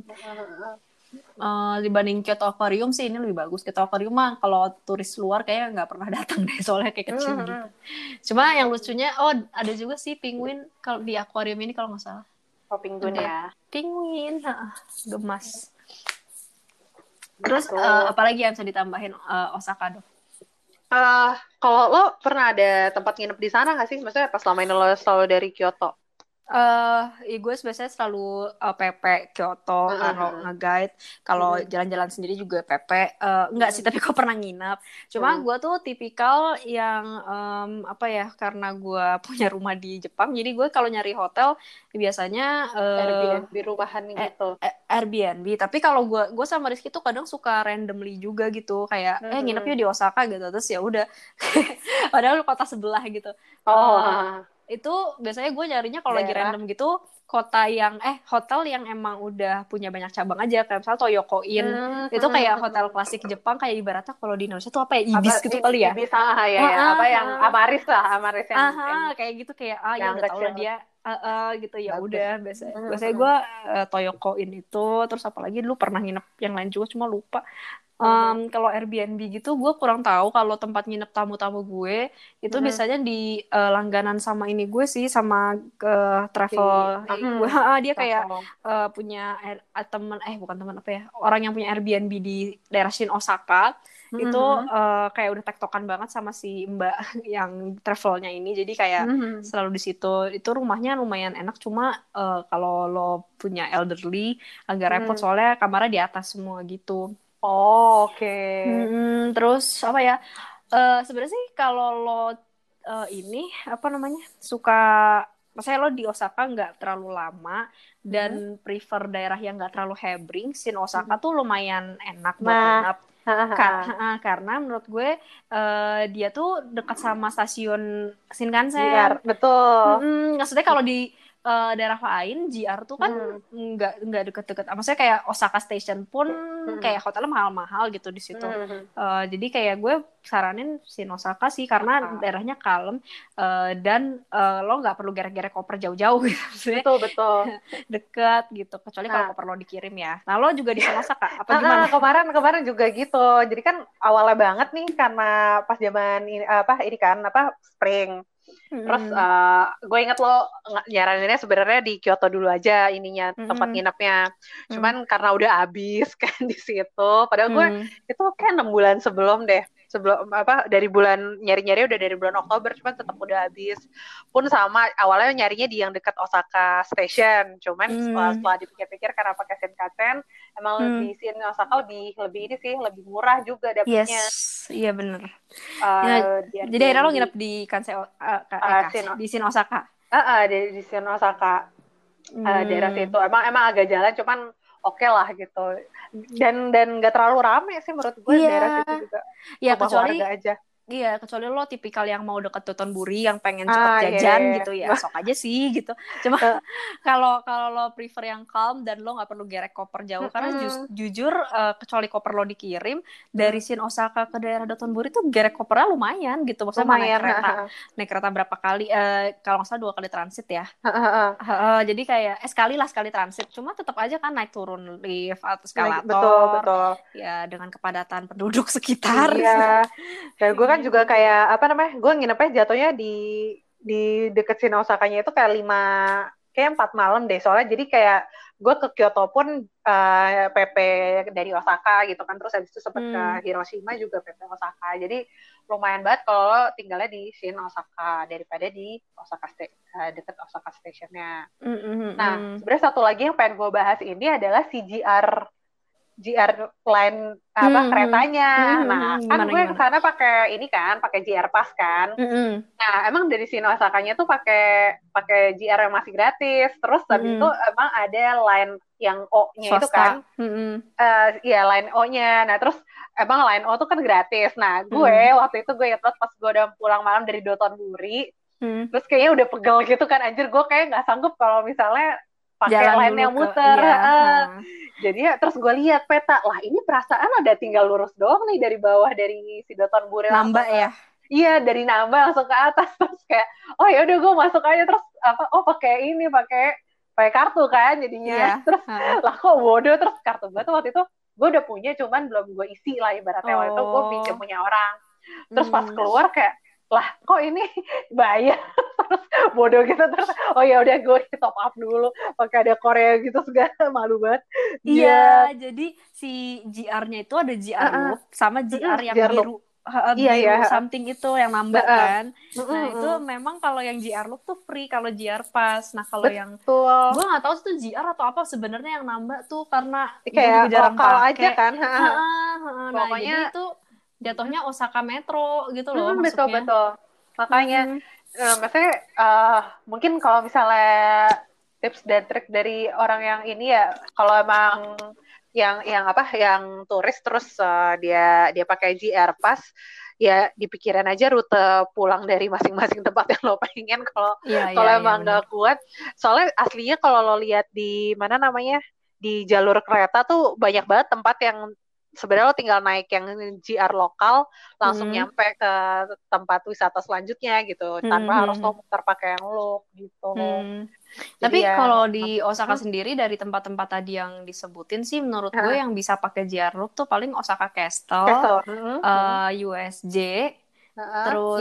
Dibanding Kyoto Aquarium sih ini lebih bagus. Kyoto Aquarium mah kalau turis luar kayaknya nggak pernah datang deh, soalnya kayak kecil gitu. Cuma yang lucunya, ada juga sih penguin kalau di akuarium ini kalau nggak salah. Penguin ya. Penguin, gemas. Terus apalagi yang bisa ditambahin Osaka dong? Kalau lo pernah ada tempat nginep di sana nggak sih? Maksudnya pas selama ini lo selalu dari Kyoto? Gue biasanya selalu PP Kyoto kalau nge-guide, kalau jalan-jalan sendiri juga PP. Enggak sih, tapi gue pernah nginap. Cuma gue tuh tipikal yang apa ya, karena gue punya rumah di Jepang, jadi gue kalau nyari hotel biasanya Airbnb rumahan gitu. Airbnb. Tapi kalau gue sama Rizky tuh kadang suka randomly juga gitu, kayak nginepnya di Osaka gitu, terus ya udah, padahal kota sebelah gitu. Itu biasanya gue nyarinya kalau lagi random gitu kota yang hotel yang emang udah punya banyak cabang aja, kayak misalnya Toyoko Inn. Itu kayak hotel klasik Jepang, kayak ibaratnya kalau di Indonesia tuh apa ya, Ibis gitu kali ya. Ibis ya. Apa yang Amaris yang kayak gitu, kayak ya udah tau lah dia gitu, ya udah biasanya gue Toyoko Inn itu. Terus apalagi dulu pernah nginep yang lain juga cuma lupa. Kalau Airbnb gitu gue kurang tahu. Kalau tempat nginep tamu-tamu gue itu biasanya di langganan sama ini gue sih, sama travel gue. Dia kayak punya teman, bukan teman apa ya, orang yang punya Airbnb di daerah Shin Osaka. Itu kayak udah tektokan banget sama si mbak yang travelnya ini, jadi kayak selalu di situ. Itu rumahnya lumayan enak, cuma kalau lo punya elderly agak repot soalnya kamarnya di atas semua gitu. Oke. Terus apa ya? Sebenarnya sih kalau lo ini apa namanya, suka, maksudnya lo di Osaka nggak terlalu lama dan prefer daerah yang nggak terlalu hebring, Shin Osaka tuh lumayan enak buat nginap. Karena menurut gue dia tuh dekat sama stasiun Shinkansen. Betul. Maksudnya kalau di daerah lain JR tuh kan nggak deket-deket. Maksudnya kayak Osaka Station pun kayak hotelnya mahal-mahal gitu di situ. Jadi kayak gue saranin Shin Osaka sih, karena daerahnya kalem dan lo nggak perlu gerek-gerek koper jauh-jauh gitu. Maksudnya betul deket gitu. Kecuali kalau koper lo dikirim ya. Nah, lo juga di Shin Osaka apa gimana? Kemarin juga gitu. Jadi kan awalnya banget nih karena pas zaman ini spring. Terus gue inget lo nyaraninnya sebenarnya di Kyoto dulu aja ininya tempat nginepnya. Cuman karena udah habis kan di situ. Padahal gue itu kayak 6 bulan sebelum dari bulan nyari-nyari udah dari bulan Oktober, cuman tetap udah habis. Pun sama awalnya nyarinya di yang dekat Osaka Station. Cuman setelah dipikir-pikir karena pakai Shinkansen, emang di Shin Osaka lebih ini sih, lebih murah juga dapetnya. Yes, iya bener. Jadi akhirnya lo nginep di di Shin Osaka. Di Shin Osaka. Daerah situ emang agak jalan, cuman oke lah gitu. Dan nggak terlalu rame sih menurut gue daerah situ juga. Kecuali warga aja. Iya, kecuali lo tipikal yang mau deket Dotonburi yang pengen cepet jajan gitu ya, sok aja sih gitu. Cuma kalau lo prefer yang calm dan lo nggak perlu gerek koper jauh, karena jujur kecuali koper lo dikirim dari Shin Osaka ke daerah Dotonburi tuh gerek kopernya lumayan gitu. Maksudnya naik kereta berapa kali? Kalau nggak salah 2 kali transit ya. Jadi kayak sekali transit, cuma tetap aja kan naik turun lift atau eskalator. Betul. Ya dengan kepadatan penduduk sekitar. Iya. Dan gue kan juga kayak gue nginepnya jatuhnya di deket Shin Osakanya itu kayak 4 malam deh, soalnya jadi kayak gue ke Kyoto pun PP dari Osaka gitu kan, terus habis itu sempet ke Hiroshima juga PP Osaka, jadi lumayan banget kalau tinggalnya di Shin Osaka daripada di Osaka deket Osaka Stationnya. Nah, sebenarnya satu lagi yang pengen gue bahas ini adalah CGR JR line keretanya. Nah, kan gue kesana pakai ini kan, pakai JR Pass kan. Nah, emang dari sini Osakanya tuh pakai JR yang masih gratis. Terus habis itu emang ada line yang O-nya itu kan. Iya, line O-nya. Nah, terus emang line O tuh kan gratis. Nah, gue waktu itu gue ingat pas gue udah pulang malam dari Dotonbori, terus kayaknya udah pegel gitu kan, anjir gue kayak nggak sanggup kalau misalnya pakai line yang muter. Jadi ya, terus gue lihat peta, lah ini perasaan ada tinggal lurus doang nih dari bawah dari si Dotonbori nambah ya. Iya, dari nambah langsung ke atas. Terus kayak, oh ya udah gue masuk aja. Terus pakai kartu kan jadinya. Terus lah kok bodoh, terus kartu gue tuh waktu itu gue udah punya, cuman belum gue isi lah ibaratnya. Waktu itu gue pinjam punya orang. Terus pas keluar kayak, lah kok ini bayar. Terus bodoh gitu, terus oh ya udah gue top up dulu pakai ada Korea gitu, segala malu banget. Iya, jadi si JR-nya itu ada JR Loop sama JR yang biru. Biru something itu yang nambah kan. Nah itu memang kalau yang JR Loop tuh free, kalau JR Pass. Nah kalau yang gue nggak tahu itu JR atau apa sebenarnya yang nambah tuh, karena kayak lokal aja kan. Nah jadi itu jatuhnya Osaka Metro gitu loh masuknya. Betul. Makanya maksudnya mungkin kalau misalnya tips dan trik dari orang yang ini ya, kalau emang yang turis terus dia pakai JR Pass, ya dipikirin aja rute pulang dari masing-masing tempat yang lo pengen. Kalau emang nggak kuat, soalnya aslinya kalau lo lihat di mana namanya di jalur kereta tuh banyak banget tempat yang sebenarnya lo tinggal naik yang JR lokal langsung nyampe ke tempat wisata selanjutnya gitu, tanpa harus lo muter pakai yang loop gitu. Tapi kalau di Osaka sendiri dari tempat-tempat tadi yang disebutin sih, menurut gue yang bisa pakai JR Loop tuh paling Osaka Castle, USJ, terus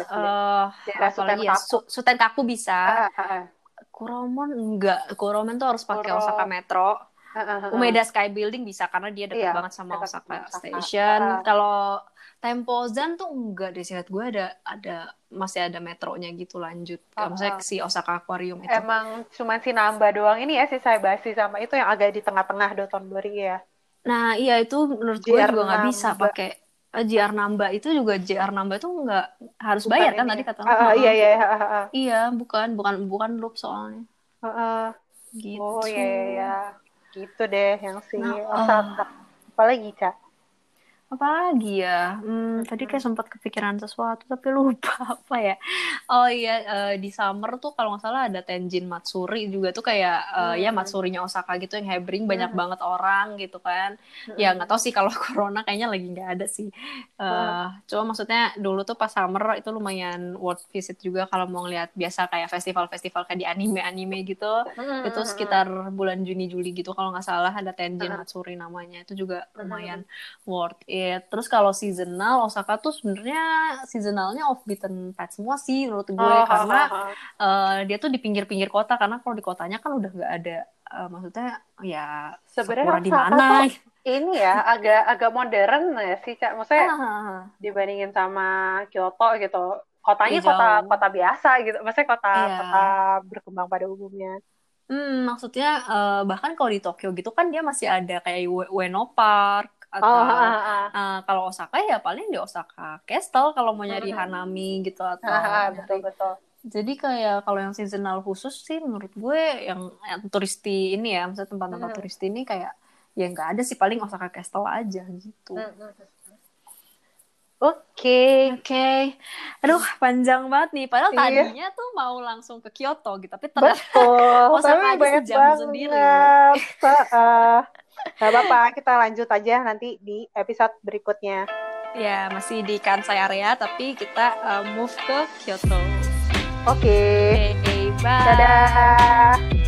apalagi ya, Sutenkaku bisa, Kuromon enggak, Kuromon tuh harus pakai Osaka Metro. Umeda Sky Building bisa karena dia dekat banget sama Osaka Station. Kalau Tempozan tuh enggak deh, seingat gue masih ada metronya gitu lanjut. Maksudnya si Osaka Aquarium itu. Emang cuma si nambah doang ini ya, si Saibashi sama itu yang agak di tengah-tengah Dotonbori ya. Nah iya itu menurut gue juga nggak bisa pakai JR Namba. Itu juga JR Namba itu nggak harus bayar kan tadi kata lo. Iya bukan loop soalnya. Gitu. Oh iya. Gitu deh yang si Osaka. Apalagi, Cak? Apalagi ya? Tadi kayak sempat kepikiran sesuatu tapi lupa apa ya. Oh iya, di summer tuh kalau nggak salah ada Tenjin Matsuri juga tuh kayak ya Matsurinya Osaka gitu yang hebring banyak banget orang gitu kan. Ya nggak tahu sih kalau corona kayaknya lagi nggak ada sih. Cuma maksudnya dulu tuh pas summer itu lumayan worth visit juga kalau mau ngeliat biasa kayak festival-festival kayak di anime gitu. Itu sekitar bulan Juni-Juli gitu kalau nggak salah ada Tenjin Matsuri namanya. Itu juga lumayan worth it. Terus kalau seasonal Osaka tuh sebenarnya seasonalnya off beaten path semua sih menurut gue, karena dia tuh di pinggir-pinggir kota, karena kalau di kotanya kan udah nggak ada maksudnya ya sebenarnya di mana ini ya agak modern ya sih, Cak. Maksudnya dibandingin sama Kyoto gitu, kotanya kota biasa gitu, maksudnya kota berkembang pada umumnya. Maksudnya bahkan kalau di Tokyo gitu kan dia masih ada kayak Ueno Park. Atau kalau Osaka ya paling di Osaka Castle kalau mau nyari Hanami gitu atau betul. Jadi kayak kalau yang seasonal khusus sih menurut gue yang turisti ini ya, maksudnya tempat-tempat turisti ini kayak ya nggak ada sih, paling Osaka Castle aja gitu. Oke. Aduh, panjang banget nih. Padahal tadinya tuh mau langsung ke Kyoto gitu, tapi ternyata Osaka aja sejam sendiri. Gak apa-apa, kita lanjut aja nanti di episode berikutnya. Ya, masih di Kansai area, tapi kita move ke Kyoto. Oke. Bye. Dadah.